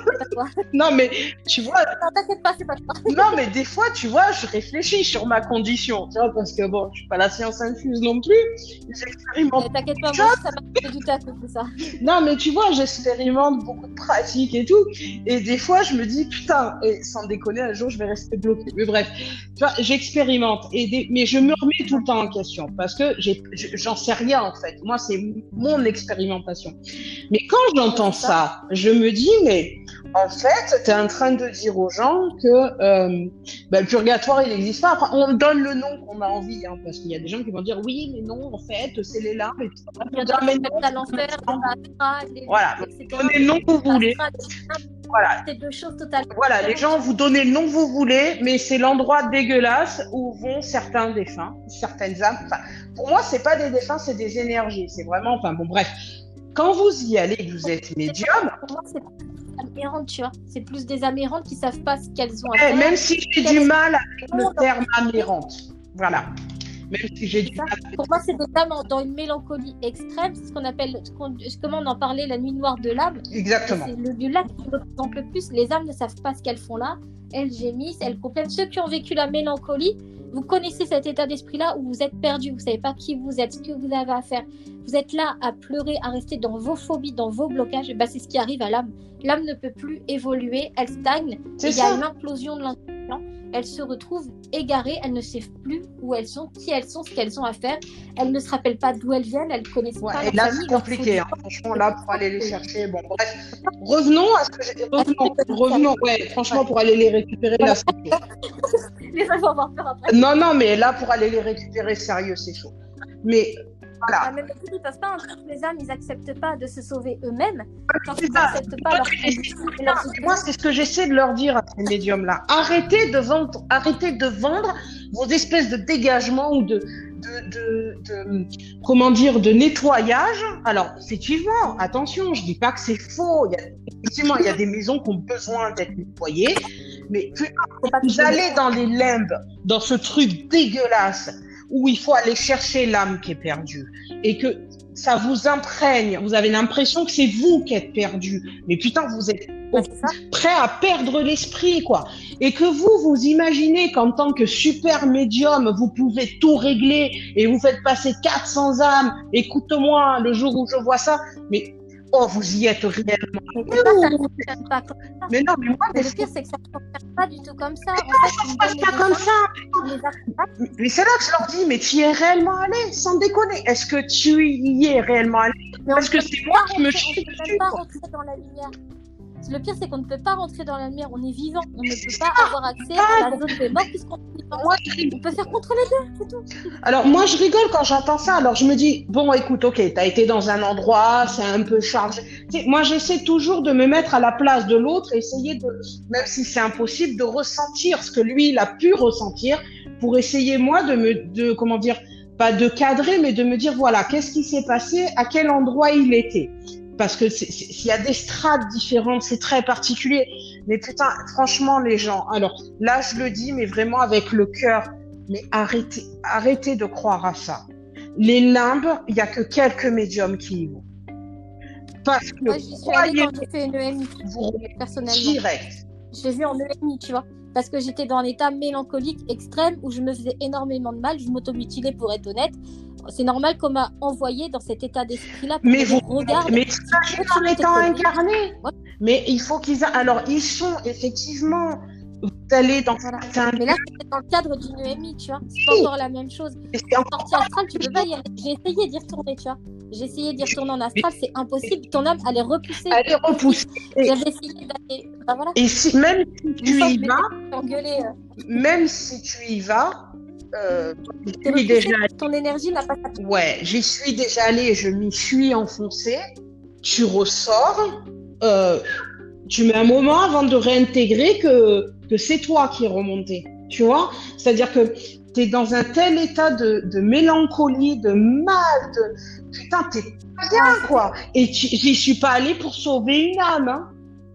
Non, mais, tu vois... Non, t'inquiète pas, c'est pas toi. Non, mais des fois, tu vois, je réfléchis sur ma condition, tu vois, parce que, bon, je suis pas la science infuse non plus, j'expérimente... T'inquiète pas, moi, ça m'a fait du taf, tout ça. Non, mais tu vois, j'expérimente beaucoup de pratiques et tout, et des fois, je me dis, putain, et sans déconner, un jour, je vais rester bloquée. Mais bref, tu vois, j'expérimente, et des... mais je me remets tout le temps en question, parce que j'ai... j'en sais rien, en fait. Moi, c'est mon expérimentation. Mais quand j'entends ça, je me dis, mais en fait, tu es en train de dire aux gens que euh, ben, le purgatoire, il n'existe pas. Après, on donne le nom qu'on a envie, hein, parce qu'il y a des gens qui vont dire, oui, mais non, en fait, c'est les larmes. Et puis, il y a des gens à l'enfer, les voilà, donnez le nom que vous voulez. Voilà. C'est deux choses totalement Voilà, les gens, vous donnez le nom que vous voulez, mais c'est l'endroit dégueulasse où vont certains défunts, certaines âmes. Enfin, pour moi, c'est pas des défunts, c'est des énergies. C'est vraiment, enfin bon, bref. Quand vous y allez, que vous êtes médium... Pour moi, c'est des âmes errantes, tu vois. C'est plus des âmes errantes qui savent pas ce qu'elles ont à faire. faire. Même si j'ai du mal avec le terme âme errante. Voilà. Même si j'ai du ça, mal. Pour moi, c'est des âmes dans une mélancolie extrême. C'est ce qu'on appelle, ce qu'on, comment on en parlait, la nuit noire de l'âme. Exactement. C'est le lieu-là qui représente le plus. Les âmes ne savent pas ce qu'elles font là. Elles gémissent, elles complainent. Ceux qui ont vécu la mélancolie, vous connaissez cet état d'esprit-là où vous êtes perdu, vous ne savez pas qui vous êtes, ce que vous avez à faire. Vous êtes là à pleurer, à rester dans vos phobies, dans vos blocages. Et ben, c'est ce qui arrive à l'âme. L'âme ne peut plus évoluer, elle stagne. Il y a une implosion de l'inconscient. Elles se retrouvent égarées, elles ne savent plus où elles sont, qui elles sont, ce qu'elles ont à faire. Elles ne se rappellent pas d'où elles viennent, elles ne connaissent ouais, pas et leur là, famille. C'est compliqué, hein. Franchement, là, pour aller les chercher. Bon, bref. Revenons à ce que j'ai... Revenons, revenons. Ouais, franchement, pour aller les récupérer, là, c'est chaud. Les gens vont avoir peur après. Non, non, mais là, pour aller les récupérer, sérieux, c'est chaud. Mais Voilà. La même chose, ils peuvent pas, hein. Les âmes, ils n'acceptent pas de se sauver eux-mêmes quand C'est ils ça. n'acceptent pas Toi, leur tu condition et leur Et moi, c'est ce que j'essaie de leur dire à ces médiums-là. Arrêtez de vendre, arrêtez de vendre vos espèces de dégagements ou de, de, de, de, comment dire, de nettoyage. Alors, effectivement, attention, je dis pas que c'est faux. Il y a, effectivement, il y a des maisons qui ont besoin d'être nettoyées. Mais putain, vous allez dans les limbes, dans ce truc dégueulasse où il faut aller chercher l'âme qui est perdue et que ça vous imprègne. Vous avez l'impression que c'est vous qui êtes perdu. Mais putain, vous êtes Ouais, prêt à perdre l'esprit, quoi. Et que vous, vous imaginez qu'en tant que super médium, vous pouvez tout régler et vous faites passer quatre cents âmes. Écoute-moi, le jour où je vois ça, mais oh, vous y êtes réellement. Mais, c'est pas, ça ne fonctionne pas comme ça. Mais non, mais moi, Mais mais le pire, c'est que ça ne fonctionne pas du tout comme ça. Mais En fait, ça on se passe donne pas les comme gens, ça. on les accompagne. Mais c'est là que je leur dis, mais tu y es réellement allé, sans déconner. Est-ce que tu y es réellement allé? Mais on Parce ne que peut c'est moi pas qui me rentrer- chie on ne peut dessus, même pas quoi. rentrer dans la lumière. Le pire, c'est qu'on ne peut pas rentrer dans la lumière. On est vivant. On ne peut pas avoir accès à la zone des morts puisqu'on est vivant. Moi, je rigole. On peut faire contre les deux, c'est tout. Alors, moi, je rigole quand j'entends ça. Alors, je me dis, bon, écoute, ok, t'as été dans un endroit, c'est un peu chargé. Tu sais, moi, j'essaie toujours de me mettre à la place de l'autre et essayer de, même si c'est impossible, de ressentir ce que lui, il a pu ressentir pour essayer, moi, de me, de, comment dire, pas de cadrer, mais de me dire, voilà, qu'est-ce qui s'est passé, à quel endroit il était. Parce que c'est- c'est- s'il y a des strates différentes, c'est très particulier. Mais putain, franchement, les gens, alors là, je le dis, mais vraiment avec le cœur, mais arrêtez, arrêtez de croire à ça. Les limbes, il y a que quelques médiums qui y vont. Parce que, Moi, j'y suis allée croyez quand j'ai fait une E M I, vous remettez personnellement. direct. Je l'ai vu en E M I, tu vois. Parce que j'étais dans un état mélancolique extrême où je me faisais énormément de mal. Je m'automutilais, pour être honnête. C'est normal qu'on m'a envoyé dans cet état d'esprit-là pour Mais que vous, je regarde. mais t'imagines en étant incarné. Ouais. Mais il faut qu'ils, a... alors ils sont effectivement, vous allez dans Voilà. certains Mais là, c'était dans le cadre d'une E M I, tu vois. C'est pas encore la même chose. Et c'est En encore sortie astrale, tu peux pas y aller. J'ai essayé d'y retourner, tu vois. J'ai essayé d'y retourner en astral, c'est impossible. Ton âme, elle est repoussée. aller repousser. Et, J'avais essayé d'aller. Ben voilà. et si, même si Une tu fois, y je m'étais vas, engueulée, euh, même si tu y vas, euh, j'y t'es suis repoussée, déjà allée. ton énergie n'a pas sa Ouais, j'y suis déjà allée et je m'y suis enfoncée. Tu ressors, euh, tu mets un moment avant de réintégrer que, que c'est toi qui es remonté. Tu vois? C'est-à-dire que tu es dans un tel état de, de mélancolie, de mal, de putain, t'es pas bien, quoi. Et tu- j'y suis pas allée pour sauver une âme, hein.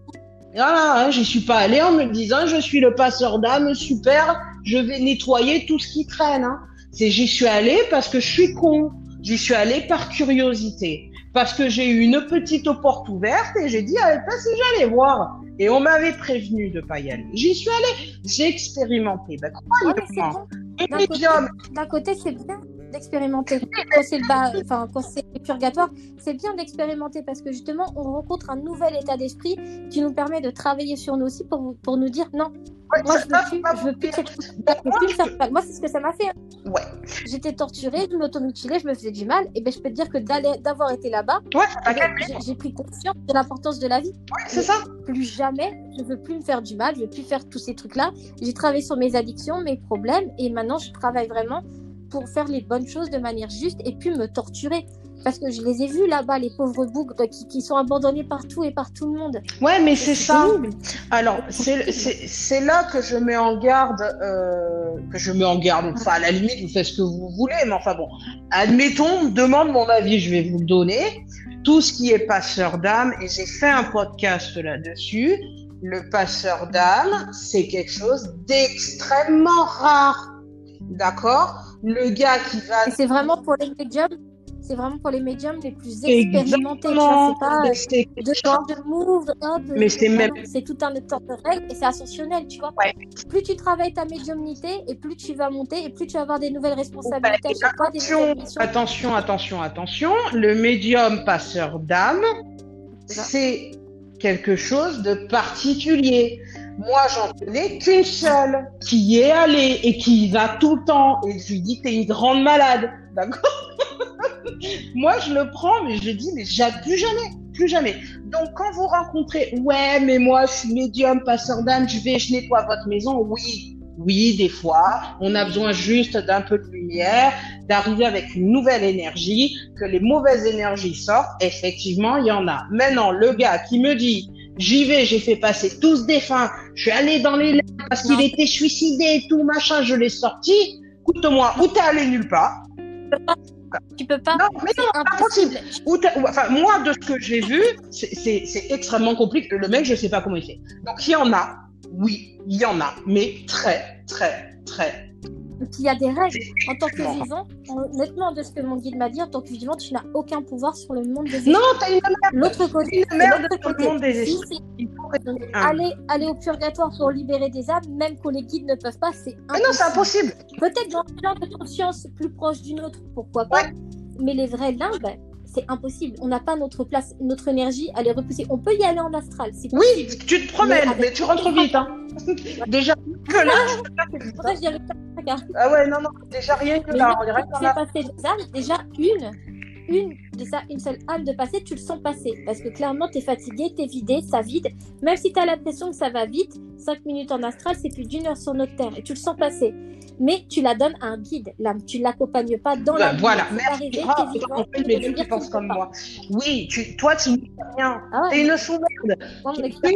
Voilà, hein, j'y suis pas allée en me disant je suis le passeur d'âme, super, je vais nettoyer tout ce qui traîne, hein. C'est j'y suis allée parce que je suis con. J'y suis allée par curiosité. Parce que j'ai eu une petite porte ouverte et j'ai dit, ah, si j'allais voir. Et on m'avait prévenu de pas y aller. J'y suis allée. J'ai expérimenté. Ben, Ouais, mais c'est croyez-moi. bon. Et D'un les côté, médiums, d'un côté, c'est bien d'expérimenter. Quand c'est le bas, enfin, quand c'est le purgatoire, c'est bien d'expérimenter parce que justement, on rencontre un nouvel état d'esprit qui nous permet de travailler sur nous aussi pour, pour nous dire non, ouais, moi ça- je veux ça, plus, ça, je veux plus, ça, cette- je veux plus me faire mal. Moi, c'est ce que ça m'a fait. hein. Ouais. J'étais torturée, je m'automutilais, je me faisais du mal. Et ben, je peux te dire que d'aller, d'avoir été là-bas, Ouais, ça eh t'a ben, calmé. j'ai, j'ai pris conscience de l'importance de la vie. Ouais, c'est ça. Plus jamais, je veux plus me faire du mal, je veux plus faire tous ces trucs-là. J'ai travaillé sur mes addictions, mes problèmes, et maintenant je travaille vraiment pour faire les bonnes choses de manière juste et puis me torturer. Parce que je les ai vus là-bas, les pauvres bougres qui, qui sont abandonnés partout et par tout le monde. Ouais, mais c'est ça. pénible. Alors, c'est c'est- c'est là que je mets en garde, euh, que je mets en garde. Enfin, à la limite, vous faites ce que vous voulez, mais enfin bon. Admettons, on me demande mon avis, je vais vous le donner. Tout ce qui est passeur d'âme, et j'ai fait un podcast là-dessus. Le passeur d'âme, c'est quelque chose d'extrêmement rare. D'accord? Le gars qui va... Et c'est vraiment pour les médiums, c'est vraiment pour les médiums les plus expérimentés. Tu vois, c'est pas Mais euh, c'est deux temps de move, hop. Mais c'est voilà. même- C'est tout un temps de règles et c'est ascensionnel, tu vois. Ouais. Plus tu travailles ta médiumnité et plus tu vas monter et plus tu vas avoir des nouvelles responsabilités à chaque fois, des Attention, nouvelles missions. attention, attention, attention. Le médium passeur d'âme, C'est ça. c'est quelque chose de particulier. Moi, j'en connais qu'une seule qui y est allée et qui y va tout le temps. Et je lui dis, t'es une grande malade. D'accord? Moi, je le prends, mais je dis, mais ja- plus jamais, plus jamais. Donc, quand vous rencontrez, ouais, mais moi, je suis médium, passeur d'âme, je vais, je nettoie votre maison. Oui, oui, des fois, on a besoin juste d'un peu de lumière. d'arriver avec une nouvelle énergie, que les mauvaises énergies sortent. Effectivement, il y en a. Maintenant, le gars qui me dit, j'y vais, j'ai fait passer tous des fins, je suis allé dans les lettres parce qu'il était suicidé et tout, machin, je l'ai sorti. Écoute-moi, ou t'es allé nulle part. Tu peux pas. Non, mais non, c'est impossible. Ou enfin, moi, de ce que j'ai vu, c'est, c'est, c'est extrêmement compliqué. Le mec, je sais pas comment il fait. Donc, il y en a. Oui, il y en a. Mais très, très, très. Et puis il y a des règles. En tant que vivant, honnêtement, de ce que mon guide m'a dit, en tant que vivant, tu n'as aucun pouvoir sur le monde des esprits. Non, t'as une merde. L'autre côté, une merde l'autre sur côté, le monde des esprits. Si aller, aller au purgatoire pour libérer des âmes, même quand les guides ne peuvent pas, c'est impossible. Mais non, c'est impossible. Peut-être dans un plan de conscience plus proche d'une autre, pourquoi pas. Ouais. Mais les vrais limbes, c'est impossible. On n'a pas notre place, notre énergie à les repousser. On peut y aller en astral. C'est oui, possible. Tu te promènes, mais, mais tu rentres vite. Hein. Déjà que là. Pourquoi je dirais pas. Ah ouais, non, non, déjà rien que là. On dirait qu'on a passer des âmes. Déjà une, une de ça, une seule âme de passer, tu le sens passer. Parce que clairement, t'es fatigué, t'es vidé, ça vide. Même si t'as l'impression que ça va vite, cinq minutes en astral, c'est plus d'une heure sur notre terre. Et tu le sens passer. Mais tu la donnes à un guide, l'âme. Tu l'accompagnes pas dans bah, la voilà. Merci. Arriver, ah, t'es vivant, en fait, mais tu qui penses comme moi. Oui, tu, toi, tu ne sais rien. Ah ouais, t'es une sous-merde. Ça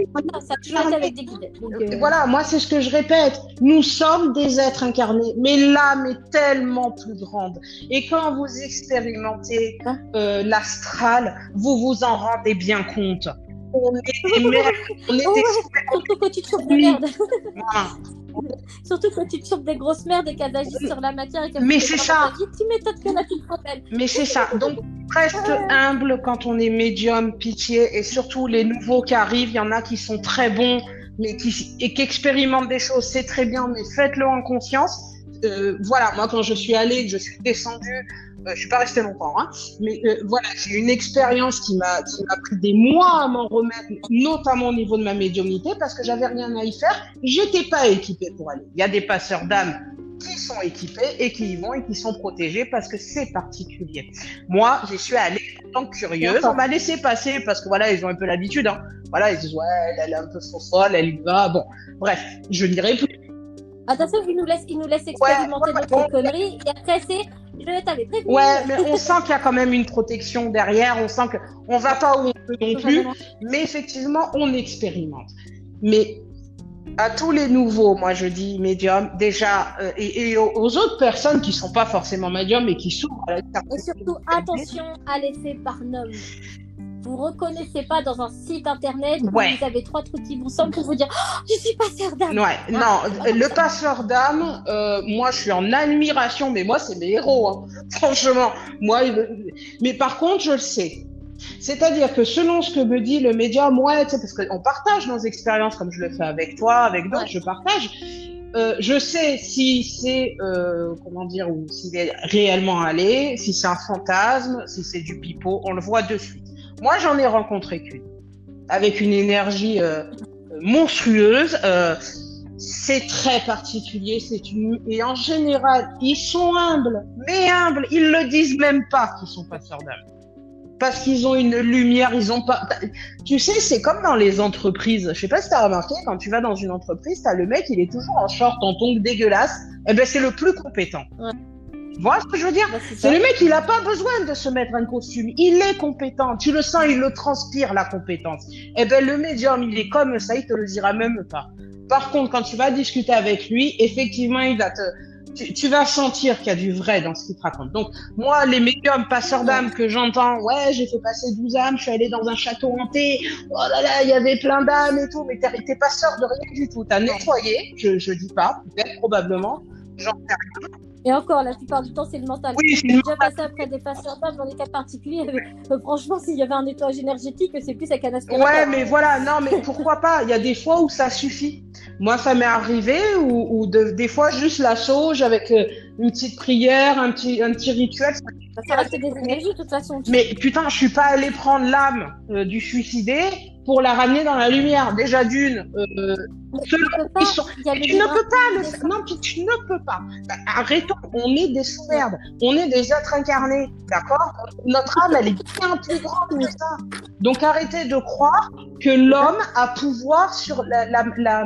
a toujours été avec des guides. Donc, euh... Voilà, moi, c'est ce que je répète. Nous sommes des êtres incarnés, mais l'âme est tellement plus grande. Et quand vous expérimentez hein euh, l'astral, vous vous en rendez bien compte. On est des merdes. On est oh, des... Surtout quand tu te chopes des merdes. Voilà. Surtout quand tu te chopes des grosses merdes et qu'elles agissent sur la matière et qu'elles mais c'est ça. Vie, tu m'étonnes que là tu te rappelles. Mais c'est ça. Donc reste humble quand on est médium, pitié, et surtout les nouveaux qui arrivent, il y en a qui sont très bons, mais qui et qui expérimentent des choses, c'est très bien, mais faites-le en conscience. Euh, voilà, moi quand je suis allée, je suis descendue, euh, je suis pas restée longtemps, hein, mais euh, voilà, j'ai une expérience qui m'a qui m'a pris des mois à m'en remettre, notamment au niveau de ma médiumnité, parce que j'avais rien à y faire, j'étais pas équipée pour aller. Il y a des passeurs d'âme qui sont équipés et qui y vont et qui sont protégés parce que c'est particulier. Moi, j'y suis allée en tant que curieuse, on m'a laissé passer parce que voilà, ils ont un peu l'habitude, hein. Voilà, ils disent ouais, elle, elle est un peu folle, elle y va, bon, bref, je n'irai plus. Attention, il nous laisse, il nous laisse expérimenter ouais, ouais, notre ouais. connerie et après c'est, je t'avais prévenu. Ouais, mais on sent qu'il y a quand même une protection derrière, on sent qu'on va pas où on peut non plus, mais effectivement, on expérimente. Mais à tous les nouveaux, moi je dis médium, déjà, euh, et, et aux, aux autres personnes qui sont pas forcément médiums mais qui s'ouvrent à la et surtout, attention à l'effet Barnum. Vous reconnaissez pas dans un site internet où ouais. vous avez trois trucs qui vous semblent pour vous dire oh, je suis passeur d'âme. Ouais, ah, non, le passeur d'âme, euh, moi je suis en admiration, mais moi c'est mes héros, hein. Franchement. Moi, il... mais par contre je le sais. C'est-à-dire que selon ce que me dit le médium, ouais, tu sais, parce qu'on partage nos expériences comme je le fais avec toi, avec d'autres, ouais. je partage. Euh, je sais si c'est, euh, comment dire, ou s'il est réellement allé, si c'est un fantasme, si c'est du pipeau, on le voit de suite. Moi, j'en ai rencontré qu'une, avec une énergie euh, monstrueuse. Euh, c'est très particulier, c'est une et en général, ils sont humbles, mais humbles, ils le disent même pas qu'ils sont passeurs d'âme, parce qu'ils ont une lumière, ils ont pas. Tu sais, c'est comme dans les entreprises. Je sais pas si t'as remarqué, quand tu vas dans une entreprise, t'as le mec, il est toujours en short, en tongs dégueulasse. Eh ben, c'est le plus compétent. Ouais. Tu vois ce que je veux dire? Bah, c'est, c'est le mec, il a pas besoin de se mettre un costume. Il est compétent. Tu le sens, il le transpire, la compétence. Eh ben, le médium, il est comme ça, il te le dira même pas. Par contre, quand tu vas discuter avec lui, effectivement, il va te, tu, tu vas sentir qu'il y a du vrai dans ce qu'il te raconte. Donc, moi, les médiums passeurs d'âme que j'entends, ouais, j'ai fait passer douze âmes, je suis allée dans un château hanté, oh là là, il y avait plein d'âmes et tout, mais t'es, t'es pas sœur de rien du tout. T'as nettoyé, je, je dis pas, peut-être, probablement, j'en sais rien. Et encore, la plupart du temps, c'est le mental. Oui, c'est j'ai déjà passé après des passeurs d'âme dans des cas particuliers. Euh, franchement, s'il y avait un nettoyage énergétique, c'est plus avec un aspirateur. Ouais, mais voilà, non, mais pourquoi pas? Il y a des fois où ça suffit. Moi, ça m'est arrivé où, où de, des fois, juste la sauge avec euh, une petite prière, un petit, un petit rituel. Ça fait rester des énergies, de toute façon. Mais putain, je suis pas allée prendre l'âme euh, du suicidé pour la ramener dans la lumière. Déjà d'une, euh, selon ils sont... tu ne peux pas le... Non, puis tu ne peux pas. Bah, arrêtons, on est des sous-merdes, on est des êtres incarnés, d'accord? Notre âme, elle est bien plus grande que ça. Donc arrêtez de croire que l'homme a pouvoir sur la... la, la...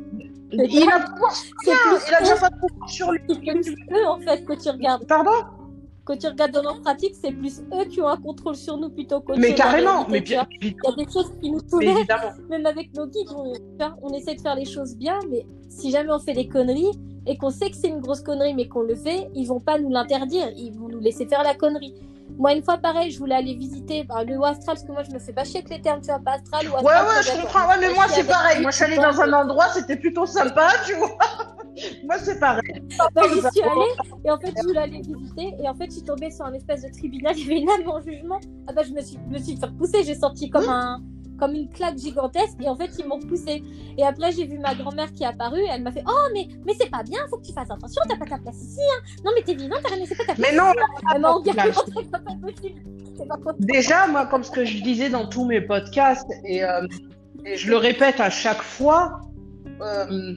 Il a pouvoir sur rien, il a déjà pas de pouvoir sur lui. C'est un petit peu, en fait, que tu regardes. Pardon? quand tu regardes dans leur pratique, c'est plus eux qui ont un contrôle sur nous plutôt qu'autre Mais chose. carrément, réalité, mais tu vois. bien Il y a des choses qui nous mais soulèvent, évidemment. même avec nos guides, on, on essaie de faire les choses bien, mais si jamais on fait des conneries et qu'on sait que c'est une grosse connerie, mais qu'on le fait, ils vont pas nous l'interdire, ils vont nous laisser faire la connerie. Moi, une fois, pareil, je voulais aller visiter bah, le haut astral, parce que moi, je me fais pas chier avec les termes, tu vois, pas astral ou Ouais, astral. ouais, je comprends. Ouais, mais moi, c'est pareil. Moi, je suis allée dans un endroit, c'était plutôt sympa, tu vois. Moi, c'est pareil. Bah, j'y suis allée, et en fait, je voulais aller visiter, et en fait, je suis tombée sur un espèce de tribunal, il y avait une âme en jugement. Ah bah, je me suis, me suis fait repousser, j'ai senti comme un, comme une claque gigantesque, et en fait, ils m'ont repoussée. Et après, j'ai vu ma grand-mère qui est apparue, et elle m'a fait, oh, mais, mais c'est pas bien, faut que tu fasses attention, t'as pas ta place ici, hein. Non, mais t'es vivante, t'as rien, c'est pas ta place. Mais non, ici, hein. Elle m'a regardé, là, c'est pas possible. C'est pas possible. déjà, moi, comme ce que je disais dans tous mes podcasts, et, euh, et je le répète à chaque fois, euh,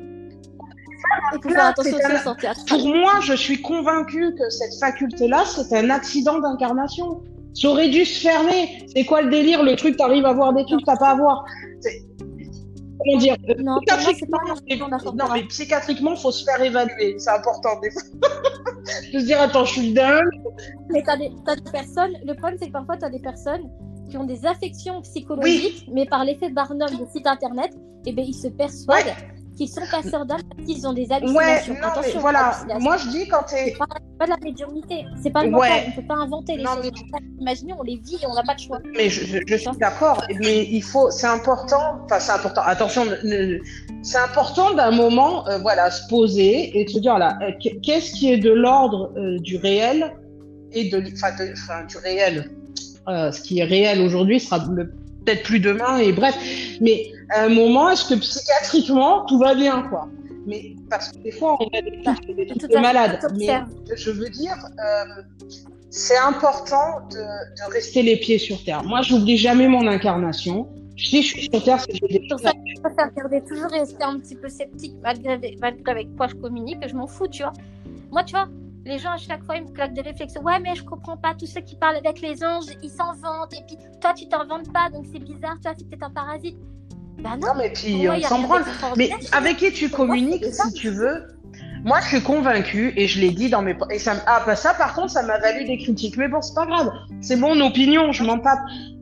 Il faut faire attention c'est aussi un- aux sorties astrales. pour moi, je suis convaincue que cette faculté-là, c'est un accident d'incarnation. Ça aurait dû se fermer. C'est quoi le délire? Le truc, t'arrives à voir des trucs que t'as pas à voir. C'est- Comment dire? euh, Non, pour moi, c'est pas un psychiatriquement, accident c'est- d'incarnation. non, mais psychiatriquement, faut se faire évaluer. C'est important, des fois. Je se dire, attends, je suis dingue. Mais t'as des, t'as des personnes, le problème c'est que parfois t'as des personnes qui ont des affections psychologiques, mais par l'effet Barnum de site internet, eh ben, ils se persuadent Ouais. qu'ils sont passeurs d'âme parce qu'ils ont des Ouais, hallucinations. non, mais Attention, voilà. hallucinations. Moi, je dis quand t'es. C'est pas, c'est pas de la médiumnité, c'est pas le Ouais. mental, on peut pas inventer les Non, choses. mais- Imaginez, on les vit et on n'a pas de choix. Mais je, je, je suis d'accord, mais il faut, c'est important, enfin c'est important, attention, ne- ne- c'est important d'un moment, euh, voilà, se poser et de se dire, voilà, euh, qu'est-ce qui est de l'ordre euh, du réel et de, enfin, de, enfin, du réel, euh, ce qui est réel aujourd'hui sera le- peut-être plus demain et bref, mais à un moment, est-ce que psychiatriquement tout va bien, quoi? Mais parce que des fois, on a des Bah, trucs, des tout trucs à de fait, malades, tout mais observe. je veux dire. Euh, c'est important de, de rester les pieds sur terre. Moi, j'oublie jamais mon incarnation. Si je suis sur terre, c'est que j'ai des Pour ça, je préfère garder toujours rester un petit peu sceptique malgré, malgré avec quoi je communique, je m'en fous, tu vois. Moi, tu vois, les gens à chaque fois ils me claquent des réflexions. Ouais, mais je comprends pas, tous ceux qui parlent avec les anges, ils s'en vantent. Et puis toi, tu t'en vantes pas, donc c'est bizarre, toi, c'est peut-être un parasite. Bah non. Non, mais puis Pour moi, on il y a s'en rien branle. Mais d'extraordinaire. avec qui tu Pour moi, communiques, c'est ça. si tu veux. Moi, je suis convaincue, et je l'ai dit dans mes... Et ça, m- ah, bah ça, par contre, ça m'a valu des critiques. Mais bon, c'est pas grave. C'est mon opinion, je m'en tape.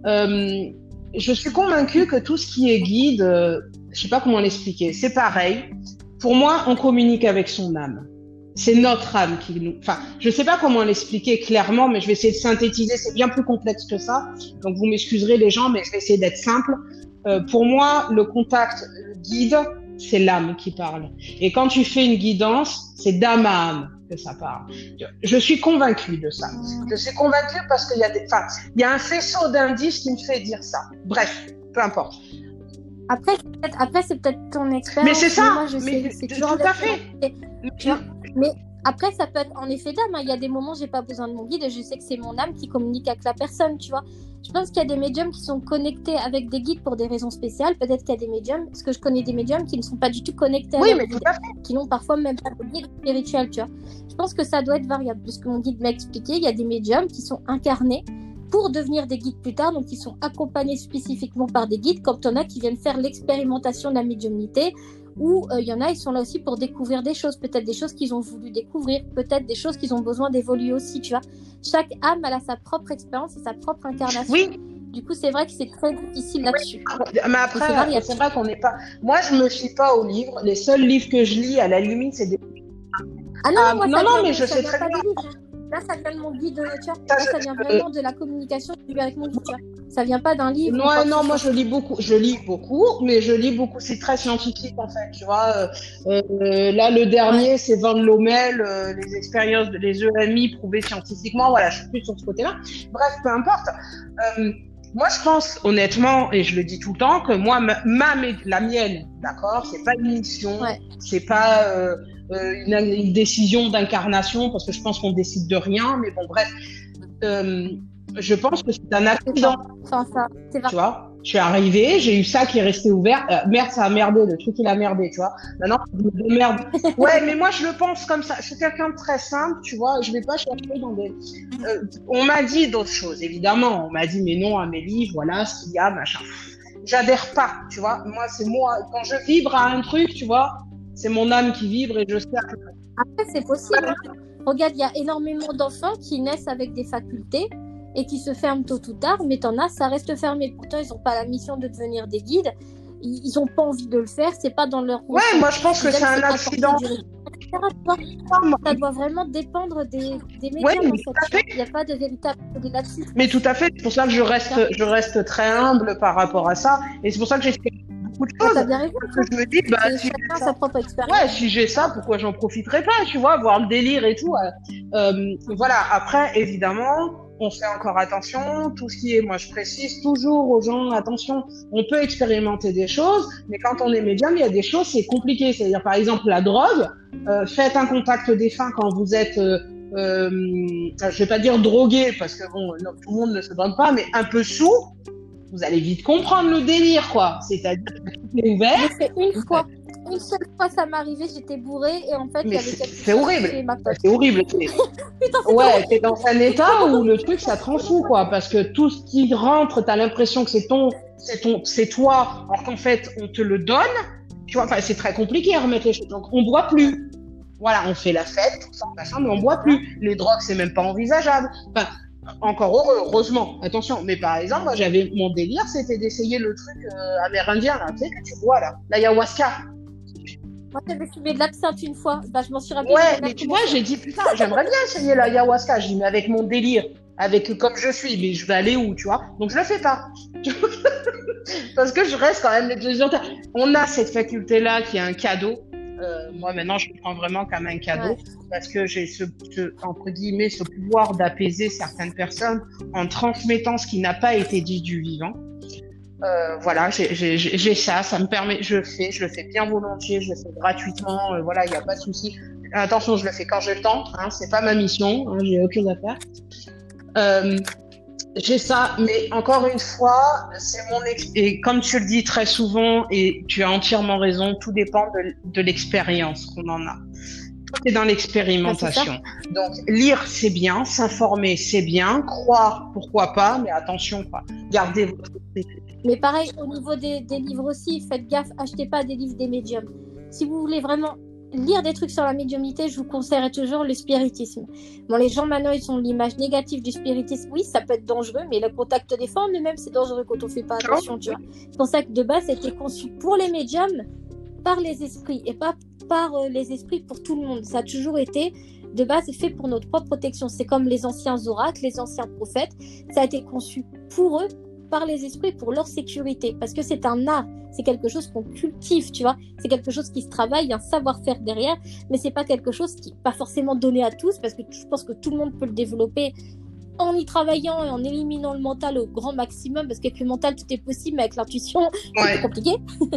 Euh, je suis convaincue que tout ce qui est guide, euh, je sais pas comment l'expliquer, c'est pareil. Pour moi, on communique avec son âme. C'est notre âme qui nous... Enfin, je sais pas comment l'expliquer clairement, mais je vais essayer de synthétiser. C'est bien plus complexe que ça. Donc, vous m'excuserez les gens, mais je vais essayer d'être simple. Euh, pour moi, le contact le guide, c'est l'âme qui parle. Et quand tu fais une guidance, c'est d'âme à âme que ça parle. Je suis convaincue de ça. Je suis convaincue parce qu'il y a des, enfin, il y a un faisceau d'indices qui me fait dire ça. Bref, peu importe. Après, c'est peut-être, après, c'est peut-être ton expérience. Mais c'est ça. Moi, je Mais sais, c'est tout toujours à avec- fait. Tu vois, mais après, ça peut être en effet d'âme. hein. Il y a des moments, j'ai pas besoin de mon guide et je sais que c'est mon âme qui communique avec la personne, tu vois. Je pense qu'il y a des médiums qui sont connectés avec des guides pour des raisons spéciales. Peut-être qu'il y a des médiums, parce que je connais des médiums qui ne sont pas du tout connectés à Oui, leur mais guide, tout à fait. qui n'ont parfois même pas de guide spirituel, tu vois. Je pense que ça doit être variable, puisque mon guide m'a expliqué, il y a des médiums qui sont incarnés pour devenir des guides plus tard, donc qui sont accompagnés spécifiquement par des guides, comme t'en as qui viennent faire l'expérimentation de la médiumnité, ou il euh, y en a, ils sont là aussi pour découvrir des choses, peut-être des choses qu'ils ont voulu découvrir, peut-être des choses qu'ils ont besoin d'évoluer aussi, tu vois. Chaque âme, elle a sa propre expérience et sa propre incarnation. Oui. Du coup, c'est vrai que c'est très difficile là-dessus. Mais après, c'est vrai qu'on n'est pas. Moi, je me fie pas aux livres. Les seuls livres que je lis, à la limite, c'est des. Ah non, Ah, non, moi, non, ça non, vient, mais je ça sais vient très pas bien. des livres. Là, ça vient de mon guide, tu vois. Ça, Là, je- ça vient vraiment de la communication que j'ai eue avec mon guide, tu vois. Ça vient pas d'un livre. ou quoi Non, que non, ce moi soit. je lis beaucoup, je lis beaucoup, mais je lis beaucoup, c'est très scientifique en fait, tu vois. Euh, euh, là, le dernier, Ouais. c'est Van Lommel, euh, les expériences, de, les E M I prouvées scientifiquement, voilà, je suis plus sur ce côté-là. Bref, peu importe. Euh, moi, je pense honnêtement, et je le dis tout le temps, que moi, ma, ma la mienne, d'accord, c'est pas une mission, Ouais. c'est pas euh, euh, une, une décision d'incarnation, parce que je pense qu'on décide de rien, mais bon, bref. Euh, je pense que c'est un accident. Enfin, ça, c'est Tu vois, je suis arrivée, j'ai eu ça qui est resté ouvert. Euh, merde, ça a merdé, le truc il a merdé, tu vois. Maintenant, je me démerde. Ouais, mais moi je le pense comme ça. Je suis quelqu'un de très simple, tu vois. Je vais pas chercher dans des. Euh, on m'a dit d'autres choses, évidemment. On m'a dit, mais non, Amélie, voilà ce qu'il y a, machin. J'adhère pas, tu vois. Moi, c'est moi. Quand je vibre à un truc, tu vois, c'est mon âme qui vibre et je sais. Après, c'est possible. hein. Regarde, il y a énormément d'enfants qui naissent avec des facultés et qui se ferment tôt ou tard, mais t'en as, ça reste fermé. Pourtant, ils n'ont pas la mission de devenir des guides. Ils n'ont pas envie de le faire, c'est pas dans leur... Ouais, moi je pense que c'est un accident. Ça doit vraiment dépendre des, des médias, Ouais, mais en tout à fait. fait. Il n'y a pas de véritable là-dessus. Mais tout à fait, c'est pour ça que je reste, je reste très humble par rapport à ça. Et c'est pour ça que j'ai fait beaucoup de Ah, choses. t'as bien raison. Parce que je me dis, bah, Et si chacun j'ai a ça, sa propre expérience. ouais, si j'ai ça, pourquoi j'en profiterais pas, tu vois, voir le délire et tout. euh, euh, voilà, après, évidemment, on fait encore attention. Tout ce qui est, moi je précise toujours aux gens, attention, on peut expérimenter des choses, mais quand on est médium, il y a des choses, c'est compliqué. C'est-à-dire, par exemple, la drogue, euh, faites un contact défunt quand vous êtes... Euh, euh, je vais pas dire drogué, parce que bon, non, tout le monde ne se drogue pas, mais un peu sous, vous allez vite comprendre le délire, quoi. C'est-à-dire que tout est ouvert. J'ai fait une fois. Une seule fois, ça m'est arrivé, j'étais bourrée et en fait, il y Mais avait c'est quelque c'est chose horrible. chez ma pote. C'est horrible. C'est- Putain, c'est Ouais, t'es dans un état où le truc, ça te rend fou, quoi. Parce que tout ce qui rentre, t'as l'impression que c'est ton, c'est ton, c'est toi, alors qu'en fait, on te le donne. Tu vois, enfin, c'est très compliqué à remettre les choses. Donc, on boit plus. Voilà, on fait la fête, tout ça, machin, mais on boit plus. Les drogues, c'est même pas envisageable. Enfin, encore heureux, heureusement. Attention. Mais par exemple, moi, j'avais, mon délire, c'était d'essayer le truc euh, amérindien, là, tu sais, que tu bois, là. L'ayahuasca. Moi, j'avais fumé de l'absinthe une fois. Bah, je m'en suis rappelée. Ouais, mais tu vois, j'ai dit, putain, j'aimerais bien essayer l'ayahuasca. J'ai dit, mais avec mon délire, avec comme je suis, mais je vais aller où, tu vois? Donc, je le fais pas. Parce que je reste quand même les deux jours. On a cette faculté-là qui est un cadeau. Euh, moi, maintenant, je le prends vraiment comme un cadeau. Ouais. Parce que j'ai ce, ce, entre guillemets, ce pouvoir d'apaiser certaines personnes en transmettant ce qui n'a pas été dit du vivant. Euh, voilà, j'ai, j'ai, j'ai j'ai ça, ça me permet, je le fais, je le fais bien volontiers, je le fais gratuitement, euh, voilà, il n'y a pas de souci. Attention, je le fais quand j'ai le temps, hein, c'est pas ma mission, hein, j'ai autre chose à faire. Euh, j'ai ça, mais encore une fois, c'est mon ex- et comme tu le dis très souvent, et tu as entièrement raison, tout dépend de, de l'expérience qu'on en a. Tout est dans l'expérimentation. Donc, lire, c'est bien, s'informer, c'est bien, croire, pourquoi pas, mais attention, quoi. Gardez votre Mais pareil, au niveau des, des livres aussi, faites gaffe, achetez pas des livres des médiums. Si vous voulez vraiment lire des trucs sur la médiumnité, je vous conseillerais toujours le spiritisme. Bon, les gens maintenant, ils ont l'image négative du spiritisme. Oui, ça peut être dangereux, mais le contact des formes, même, c'est dangereux quand on fait pas attention, tu vois. C'est pour ça que de base, c'était conçu pour les médiums, par les esprits, et pas par euh, les esprits pour tout le monde. Ça a toujours été, de base, fait pour notre propre protection. C'est comme les anciens oracles, les anciens prophètes. Ça a été conçu pour eux, par les esprits, pour leur sécurité, parce que c'est un art, c'est quelque chose qu'on cultive, tu vois, c'est quelque chose qui se travaille, il y a un savoir-faire derrière, mais c'est pas quelque chose qui n'est pas forcément donné à tous, parce que je pense que tout le monde peut le développer en y travaillant et en éliminant le mental au grand maximum, parce qu'avec le mental tout est possible, mais avec l'intuition c'est Ouais. plus compliqué.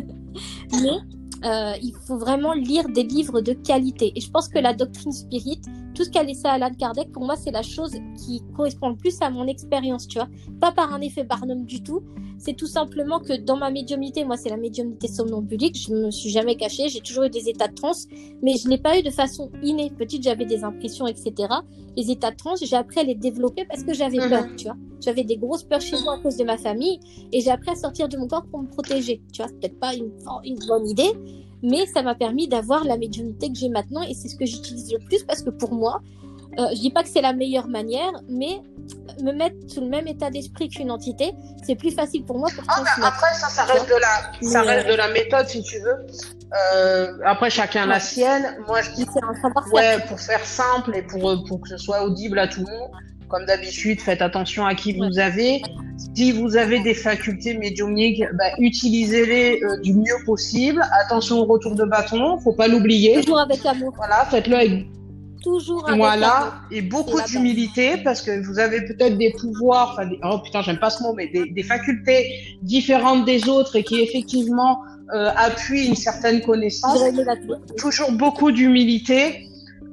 Mais euh, il faut vraiment lire des livres de qualité, et je pense que la doctrine spirit, tout ce qu'a laissé Allan Kardec, pour moi, c'est la chose qui correspond le plus à mon expérience, tu vois. Pas par un effet Barnum du tout. C'est tout simplement que dans ma médiumnité, moi, c'est la médiumnité somnambulique. Je me suis jamais cachée. J'ai toujours eu des états de transe, mais je l'ai pas eu de façon innée. Petite, j'avais des impressions, et cetera. Les états de transe, j'ai appris à les développer parce que j'avais peur, tu vois. J'avais des grosses peurs chez moi à cause de ma famille, et j'ai appris à sortir de mon corps pour me protéger. Tu vois, c'est peut-être pas une, une bonne idée, mais ça m'a permis d'avoir la médiumnité que j'ai maintenant, et c'est ce que j'utilise le plus, parce que pour moi, euh, je dis pas que c'est la meilleure manière, mais me mettre sous le même état d'esprit qu'une entité, c'est plus facile pour moi pour Ah, transmettre. bah, après, ça, ça reste de la, ça Mais, reste euh, de la méthode, si tu veux. Euh, après, chacun la Ouais. sienne. Moi, je dis, c'est un savoir-faire. ouais, pour faire simple et pour, pour que ce soit audible à tout le monde, comme d'habitude, faites attention à qui Ouais. vous avez. Si vous avez des facultés médiumniques, bah, utilisez-les euh, du mieux possible. Attention au retour de bâton, faut pas l'oublier. Toujours avec amour. Voilà, faites-le avec Toujours avec voilà, amour. et beaucoup C'est la base. d'humilité, parce que vous avez peut-être des pouvoirs, enfin, des, oh putain, j'aime pas ce mot, mais des, des facultés différentes des autres et qui effectivement euh, appuient une certaine connaissance. J'aurais aimé la tuer. Toujours beaucoup d'humilité.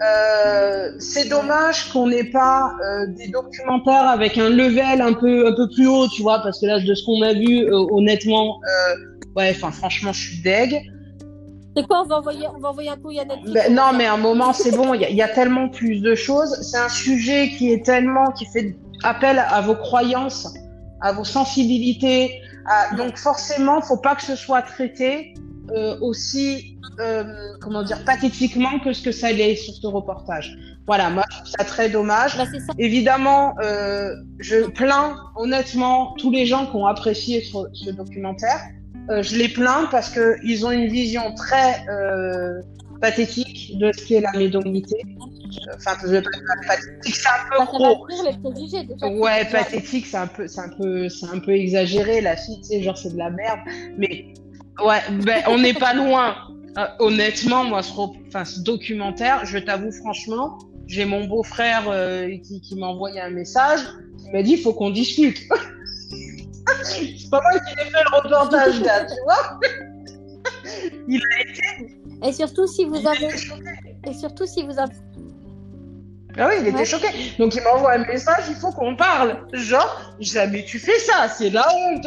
Euh, c'est dommage qu'on n'ait pas euh, des documentaires avec un level un peu un peu plus haut, tu vois, parce que là, de ce qu'on a vu, euh, honnêtement, euh, ouais, enfin, franchement, je suis deg. C'est quoi, on va envoyer, on va envoyer un coup à Netflix. Ben, non, mais à un moment, c'est bon. Il y, a- il y a tellement plus de choses. C'est un sujet qui est tellement, qui fait appel à vos croyances, à vos sensibilités. À- donc forcément, faut pas que ce soit traité euh, aussi, euh, comment dire, pathétiquement que ce que ça l'est sur ce reportage. Voilà, moi, je trouve ça très dommage. Bah, c'est ça. Évidemment, euh, je plains honnêtement tous les gens qui ont apprécié ce, ce documentaire. Euh, je les plains parce que ils ont une vision très euh, pathétique de ce qu'est la médiumnité. Enfin, je vais pas dire pathétique, c'est un peu Bah, ça va gros. nourrir les préjugés, déjà. Ouais, pathétique, c'est un peu, c'est un peu, c'est un peu exagéré. La fille, tu sais, genre c'est de la merde. Mais ouais, ben on n'est pas loin. Euh, honnêtement, moi, ce, re- enfin, ce documentaire, je t'avoue franchement, j'ai mon beau-frère euh, qui, qui m'a envoyé un message, qui m'a dit, il faut qu'on discute. C'est pas moi qui ai fait le reportage, là, tu vois. Il a Et surtout si vous il avez, était choqué. et surtout si vous avez, Ah oui, il était ouais. choqué. Donc il m'envoie un message, il faut qu'on parle. Genre, je dis, ah, mais tu fais ça, c'est la honte.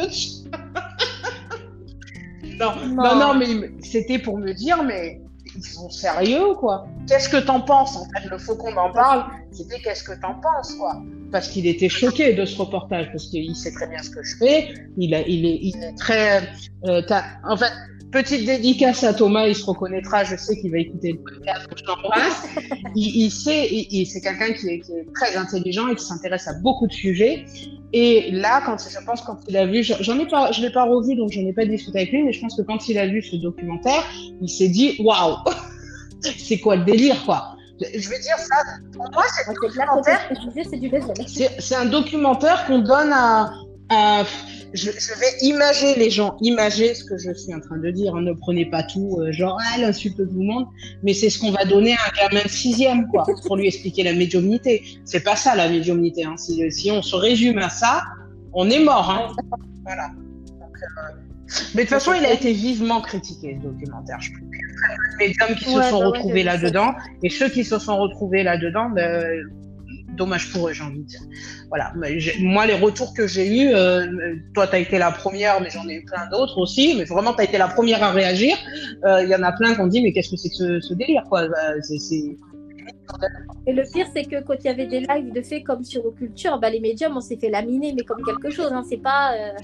Non, non, Non. non, mais il- c'était pour me dire, mais ils sont sérieux ou quoi? Qu'est-ce que t'en penses? En fait, le faut qu'on en parle, c'était qu'est-ce que t'en penses, quoi? Parce qu'il était choqué de ce reportage, parce qu'il sait très bien ce que je fais. Il, a, il, est, il est très. Euh, t'as- en fait, petite dédicace à Thomas, il se reconnaîtra. Je sais qu'il va écouter le podcast, je l'embrasse. Il, il sait, il, il- c'est quelqu'un qui est, qui est très intelligent et qui s'intéresse à beaucoup de sujets. Et là, quand je pense quand il a vu, j'en ai pas, je l'ai pas revu, donc j'en ai pas discuté avec lui, mais je pense que quand il a vu ce documentaire, il s'est dit waouh, c'est quoi le délire, quoi. Je veux dire ça, pour moi, c'est un Ouais, c'est de la côté documentaire, préjugés, c'est du level. c'est, c'est un documentaire qu'on donne à, à je, je vais imager les gens, imager ce que je suis en train de dire. Hein, ne prenez pas tout, euh, genre ah, l'insulte de tout le monde, mais c'est ce qu'on va donner à un gamin de sixième, quoi, pour lui expliquer la médiumnité. C'est pas ça la médiumnité. Hein. Si, si on se résume à ça, on est mort. Hein. Voilà. Donc, euh... Mais de toute façon, il a été vivement critiqué ce documentaire. Je pense qu'il y a très peu de médiums qui Ouais, se sont bah ouais, retrouvés j'ai vu ça. là-dedans, et ceux qui se sont retrouvés là-dedans, ben, dommage pour eux, j'ai envie de dire. Voilà. Mais j'ai- moi, les retours que j'ai eus, euh, toi, t'as été la première, mais j'en ai eu plein d'autres aussi. Mais vraiment, t'as été la première à réagir. Il euh, y en a plein qui ont dit, mais qu'est-ce que c'est que ce, ce délire, quoi. Bah, c'est, c'est... Et le pire, c'est que quand il y avait des lives de fait comme sur Occulture, bah, les médiums, on s'est fait laminer, mais comme quelque chose. Hein. C'est pas. Euh...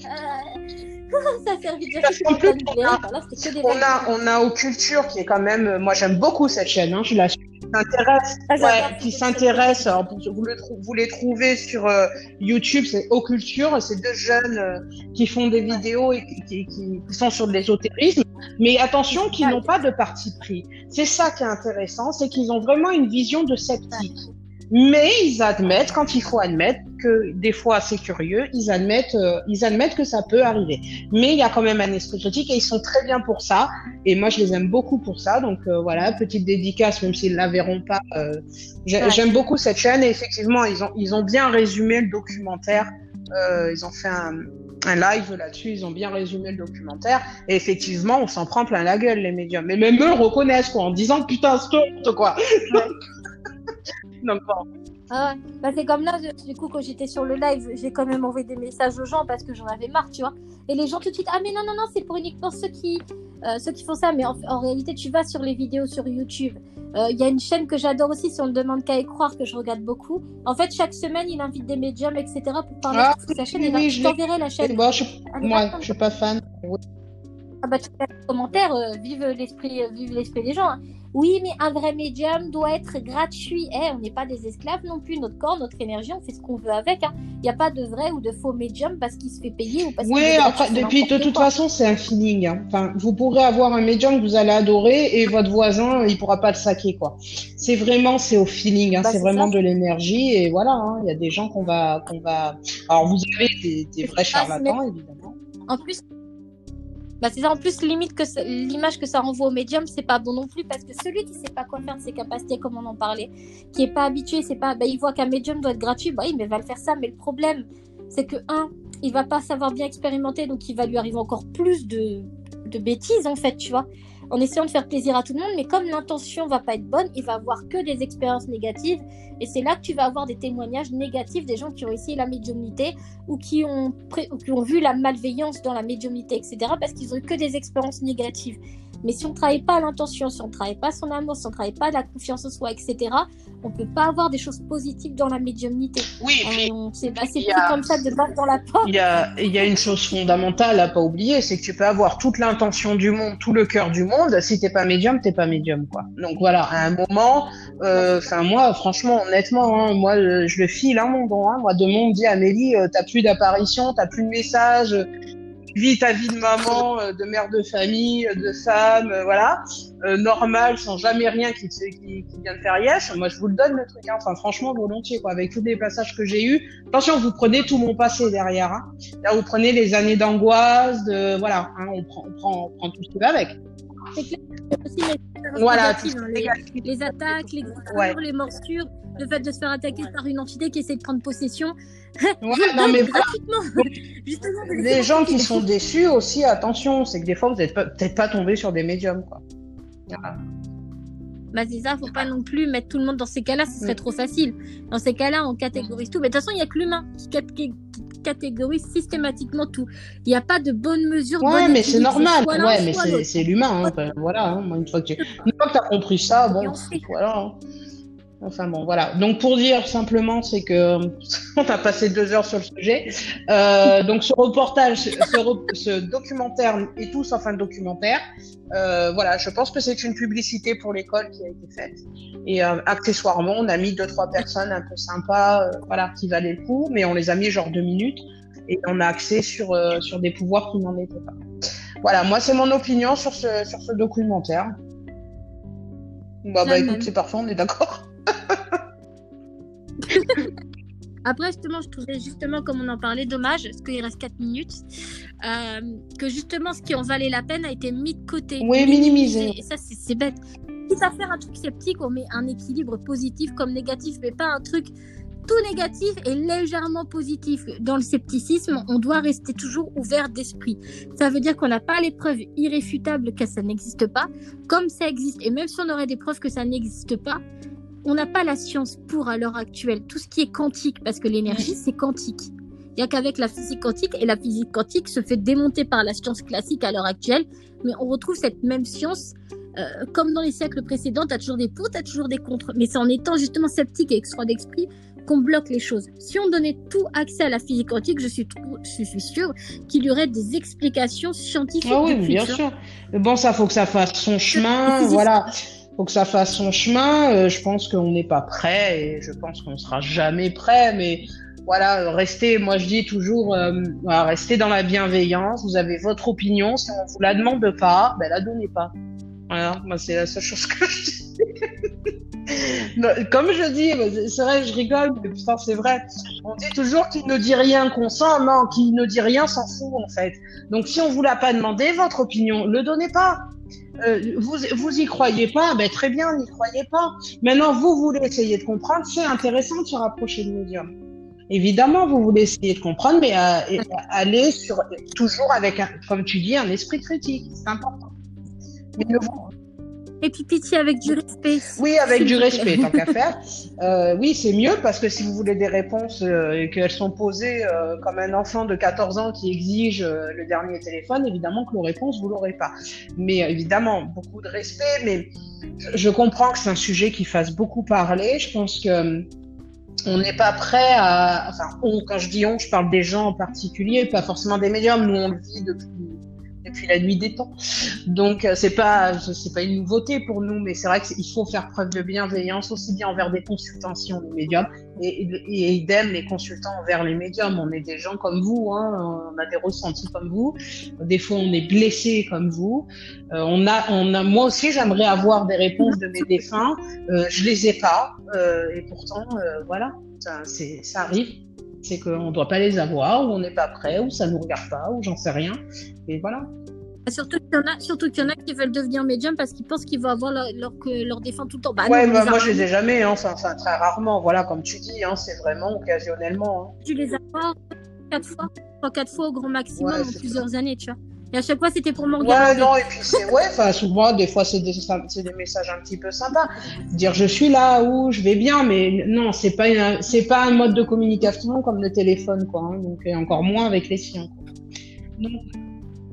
ça a servi de Parce qu'en plus, on a, Là, c'était que des on lives. a, on a Occulture qui est quand même, moi j'aime beaucoup cette chaîne, hein, je la suis, qui s'intéresse, Ah, j'adore, ouais, qui c'est- s'intéresse, alors, vous, le, trou- vous les trouvez sur euh, YouTube, c'est Occulture, c'est deux jeunes euh, qui font des vidéos et qui, qui, qui, qui sont sur de l'ésotérisme, mais attention, qui n'ont pas de parti pris. C'est ça qui est intéressant, c'est qu'ils ont vraiment une vision de sceptique. Mais ils admettent, quand il faut admettre, que des fois c'est curieux, ils admettent, euh, ils admettent que ça peut arriver. Mais il y a quand même un esprit critique et ils sont très bien pour ça. Et moi, je les aime beaucoup pour ça. Donc euh, voilà, petite dédicace, même s'ils la verront pas. Euh, j'ai- Ouais. J'aime beaucoup cette chaîne et effectivement, ils ont, ils ont bien résumé le documentaire. Euh, ils ont fait un, un live là-dessus, ils ont bien résumé le documentaire. Et effectivement, on s'en prend plein la gueule, les médiums. Mais même eux le reconnaissent, quoi, en disant putain, c'est honte, quoi. Ouais. Donc bon. Ah ouais. Bah, c'est comme là, je- du coup, quand j'étais sur le live, j'ai quand même envoyé des messages aux gens parce que j'en avais marre, tu vois. Et les gens tout de suite, ah mais non, non, non, c'est pour uniquement ceux qui, euh, ceux qui font ça. Mais en, en réalité, tu vas sur les vidéos sur YouTube. Il euh, y a une chaîne que j'adore aussi, si on ne demande qu'à y croire, que je regarde beaucoup. En fait, chaque semaine, il invite des médiums, et cetera pour parler Ah, de sa chaîne. oui, Et ben, oui, je je t'enverrai la chaîne. Bon, je, Elle est moi, vachement je suis pas fan. Oui. Ah bah, tu fais un commentaire, euh, vive l'esprit, euh, vive l'esprit des gens. Hein. Oui, mais un vrai médium doit être gratuit. Eh, on n'est pas des esclaves non plus. Notre corps, notre énergie, on fait ce qu'on veut avec. Hein. Il n'y a pas de vrai ou de faux médium parce qu'il se fait payer ou parce qu'il Oui, est après, gratuit, c'est depuis, de n'importe toute quoi. façon, c'est un feeling. Hein. Enfin, vous pourrez avoir un médium que vous allez adorer et votre voisin, il pourra pas le saquer, quoi. C'est vraiment, c'est au feeling. Hein. Bah, c'est c'est vraiment ça. de l'énergie et voilà. Hein. Il y a des gens qu'on va, qu'on va. Alors, vous avez des, des vrais Ah, charlatans, évidemment. En plus, bah c'est ça. En plus, limite que ça- l'image que ça renvoie au médium, c'est pas bon non plus parce que celui qui sait pas quoi faire de ses capacités, comme on en parlait, qui est pas habitué, c'est pas, bah, il voit qu'un médium doit être gratuit, bah oui, mais il va le faire ça. Mais le problème, c'est que un, il va pas savoir bien expérimenter, donc il va lui arriver encore plus de, de bêtises en fait, tu vois, en essayant de faire plaisir à tout le monde. Mais comme l'intention va pas être bonne, il va avoir que des expériences négatives, et c'est là que tu vas avoir des témoignages négatifs des gens qui ont essayé la médiumnité ou qui ont, pré- ou qui ont vu la malveillance dans la médiumnité, et cetera, parce qu'ils ont eu que des expériences négatives. Mais si on ne travaille pas l'intention, si on ne travaille pas son amour, si on ne travaille pas la confiance en soi, et cetera, on ne peut pas avoir des choses positives dans la médiumnité. Oui, puis, on, c'est assez a, comme ça de battre dans la porte. Il y a, il y a une chose fondamentale à pas oublier, c'est que tu peux avoir toute l'intention du monde, tout le cœur du monde. Si t'es pas médium, t'es pas médium, quoi. Donc voilà, à un moment, enfin euh, moi, franchement, honnêtement, hein, moi, je, je le file, hein, mon don. Hein. Moi, de monde dit Amélie, euh, t'as plus d'apparition, t'as plus de message. Vis ta vie de maman, de mère de famille, de femme, euh, voilà, euh, normale, sans jamais rien qui, qui, qui vient de faire yes. Moi, je vous le donne, le truc, hein. Enfin, franchement, volontiers, quoi. Avec tous les passages que j'ai eus. Attention, vous prenez tout mon passé derrière, hein. Là, vous prenez les années d'angoisse, de, voilà, hein, on prend, on prend, on prend tout ce qui va avec. C'est clair. Aussi les, voilà, tout hein, les, les attaques, les griffures, ouais. les morsures, le fait de se faire attaquer par une entité qui essaie de prendre possession. Ouais, non, mais gratuitement. Justement, les gens qui sont déçus aussi, attention, c'est que des fois, vous n'êtes peut-être pas tombé sur des médiums, quoi. Voilà. Bah c'est ça, faut pas non plus mettre tout le monde dans ces cas-là, ce serait mmh. trop facile. Dans ces cas-là, on catégorise tout. Mais de toute façon, il n'y a que l'humain qui, cat- qui catégorise systématiquement tout. Il n'y a pas de bonne mesure. Ouais, bonne mais c'est normal. C'est ouais, mais c'est, c'est l'humain. Hein. Enfin, voilà. Hein. Moi, une fois que tu as compris ça, bon, voilà. Hein. Enfin bon, voilà. Donc pour dire simplement, c'est que on a passé deux heures sur le sujet. Euh, donc ce reportage, ce, ce documentaire est tout sauf un documentaire. Euh, voilà, je pense que c'est une publicité pour l'école qui a été faite. Et euh, accessoirement, on a mis deux trois personnes un peu sympas, euh, voilà, qui valaient le coup, mais on les a mis genre deux minutes et on a axé sur euh, sur des pouvoirs qui n'en étaient pas. Voilà, moi c'est mon opinion sur ce sur ce documentaire. Bah bah écoute, c'est parfait, on est d'accord. Après, justement, je trouvais justement, comme on en parlait, dommage, parce qu'il reste quatre minutes, euh, que justement, ce qui en valait la peine a été mis de côté. Oui, minimisé. Et ça, c'est, c'est bête. Quitte à faire un truc sceptique, on met un équilibre positif comme négatif, mais pas un truc tout négatif et légèrement positif. Dans le scepticisme, on doit rester toujours ouvert d'esprit. Ça veut dire qu'on n'a pas les preuves irréfutables que ça n'existe pas, comme ça existe. Et même si on aurait des preuves que ça n'existe pas, on n'a pas la science pour à l'heure actuelle. Tout ce qui est quantique, parce que l'énergie, c'est quantique. Il n'y a qu'avec la physique quantique, et la physique quantique se fait démonter par la science classique à l'heure actuelle, mais on retrouve cette même science, euh, comme dans les siècles précédents, tu as toujours des pour, tu as toujours des contre. Mais c'est en étant justement sceptique et extra d'esprit qu'on bloque les choses. Si on donnait tout accès à la physique quantique, je suis, je suis sûre qu'il y aurait des explications scientifiques. Ah oui, bien sûr. Mais bon, ça faut que ça fasse son chemin, voilà. Faut que ça fasse son chemin. Euh, je pense qu'on n'est pas prêt et je pense qu'on sera jamais prêt. Mais voilà, restez. Moi, je dis toujours, euh, voilà, restez dans la bienveillance. Vous avez votre opinion. Si on vous la demande pas, ben la donnez pas. Voilà, moi c'est la seule chose que je dis. Comme je dis, c'est vrai, je rigole, mais putain, c'est vrai. On dit toujours qu'il ne dit rien consent, non, qu'il ne dit rien s'en fout en fait. Donc si on vous l'a pas demandé, votre opinion, le donnez pas. Euh, vous vous y croyez pas, ben très bien, n'y croyez pas. Maintenant, vous voulez essayer de comprendre, c'est intéressant de se rapprocher de médium. Évidemment, vous voulez essayer de comprendre, mais euh, aller sur toujours avec, un, comme tu dis, un esprit critique, c'est important. Mais ne vous... Et puis pitié avec du respect. Oui, avec du respect, tant qu'à faire. Euh, oui, c'est mieux parce que si vous voulez des réponses euh, et qu'elles sont posées euh, comme un enfant de quatorze ans qui exige euh, le dernier téléphone, évidemment que les réponses, vous l'aurez pas. Mais euh, évidemment, beaucoup de respect, mais je, je comprends que c'est un sujet qui fasse beaucoup parler. Je pense que euh, on n'est pas prêt à... Enfin, on, quand je dis on, je parle des gens en particulier, pas forcément des médiums. Nous, on le vit depuis... depuis la nuit des temps. Donc c'est pas c'est pas une nouveauté pour nous, mais c'est vrai qu'il faut faire preuve de bienveillance aussi bien envers des consultants si on est médium et, et, et idem les consultants envers les médiums. On est des gens comme vous, hein, on a des ressentis comme vous. Des fois on est blessés comme vous. Euh, on a on a moi aussi j'aimerais avoir des réponses de mes défunts. Euh, je les ai pas euh, et pourtant euh, voilà ça, c'est ça arrive. C'est qu'on ne doit pas les avoir, ou on n'est pas prêt, ou ça ne nous regarde pas, ou j'en sais rien. Et voilà. Surtout qu'il y en a, surtout qu'il y en a qui veulent devenir médium parce qu'ils pensent qu'ils vont avoir leur, leur, leur défunt tout le temps. Bah, ouais, non, bah, moi je les ai jamais, hein, enfin, enfin, très rarement. Voilà, comme tu dis, hein, c'est vraiment occasionnellement. Hein. Tu les as pas quatre fois, enfin, quatre fois au grand maximum ouais, en plusieurs ça. années, tu vois. Et à chaque fois, c'était pour m'en regarder. Ouais, non, et puis c'est, ouais, enfin, souvent, des fois, c'est des, c'est des messages un petit peu sympas. Dire, je suis là, où je vais bien, mais non, c'est pas une, c'est pas un mode de communication comme le téléphone, quoi, hein, donc, et encore moins avec les siens, quoi. Donc,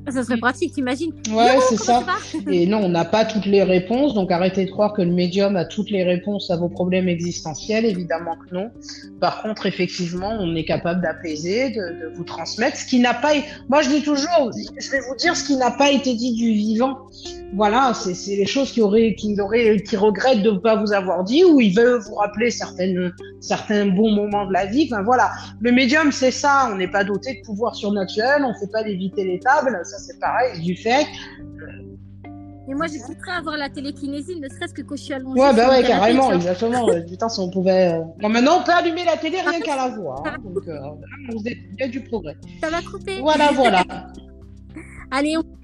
Ça serait pratique, t'imagines? Ouais, Youhou, c'est comment ça. tu vas? Et non, on n'a pas toutes les réponses, donc arrêtez de croire que le médium a toutes les réponses à vos problèmes existentiels, évidemment que non. Par contre, effectivement, on est capable d'apaiser, de, de vous transmettre ce qui n'a pas. Moi, je dis toujours, je vais vous dire ce qui n'a pas été dit du vivant. Voilà, c'est c'est les choses qui auraient, qui auraient, qui regrettent de ne pas vous avoir dit, ou ils veulent vous rappeler certaines, certains bons moments de la vie. Enfin voilà, le médium, c'est ça. On n'est pas doté de pouvoir surnaturel, on ne fait pas léviter les tables, ça c'est pareil, c'est du fait. Et moi, j'écouterais avoir la télékinésie, ne serait-ce que quand je suis allongée Ouais, bah sur le ouais, canapé, carrément, tu vois. exactement. Euh, Putain, si on pouvait. euh, Bon, maintenant, on peut allumer la télé rien qu'à la voix. Hein, donc, euh, vous êtes, il y a du progrès. Ça va couper. Voilà, voilà. Allez, on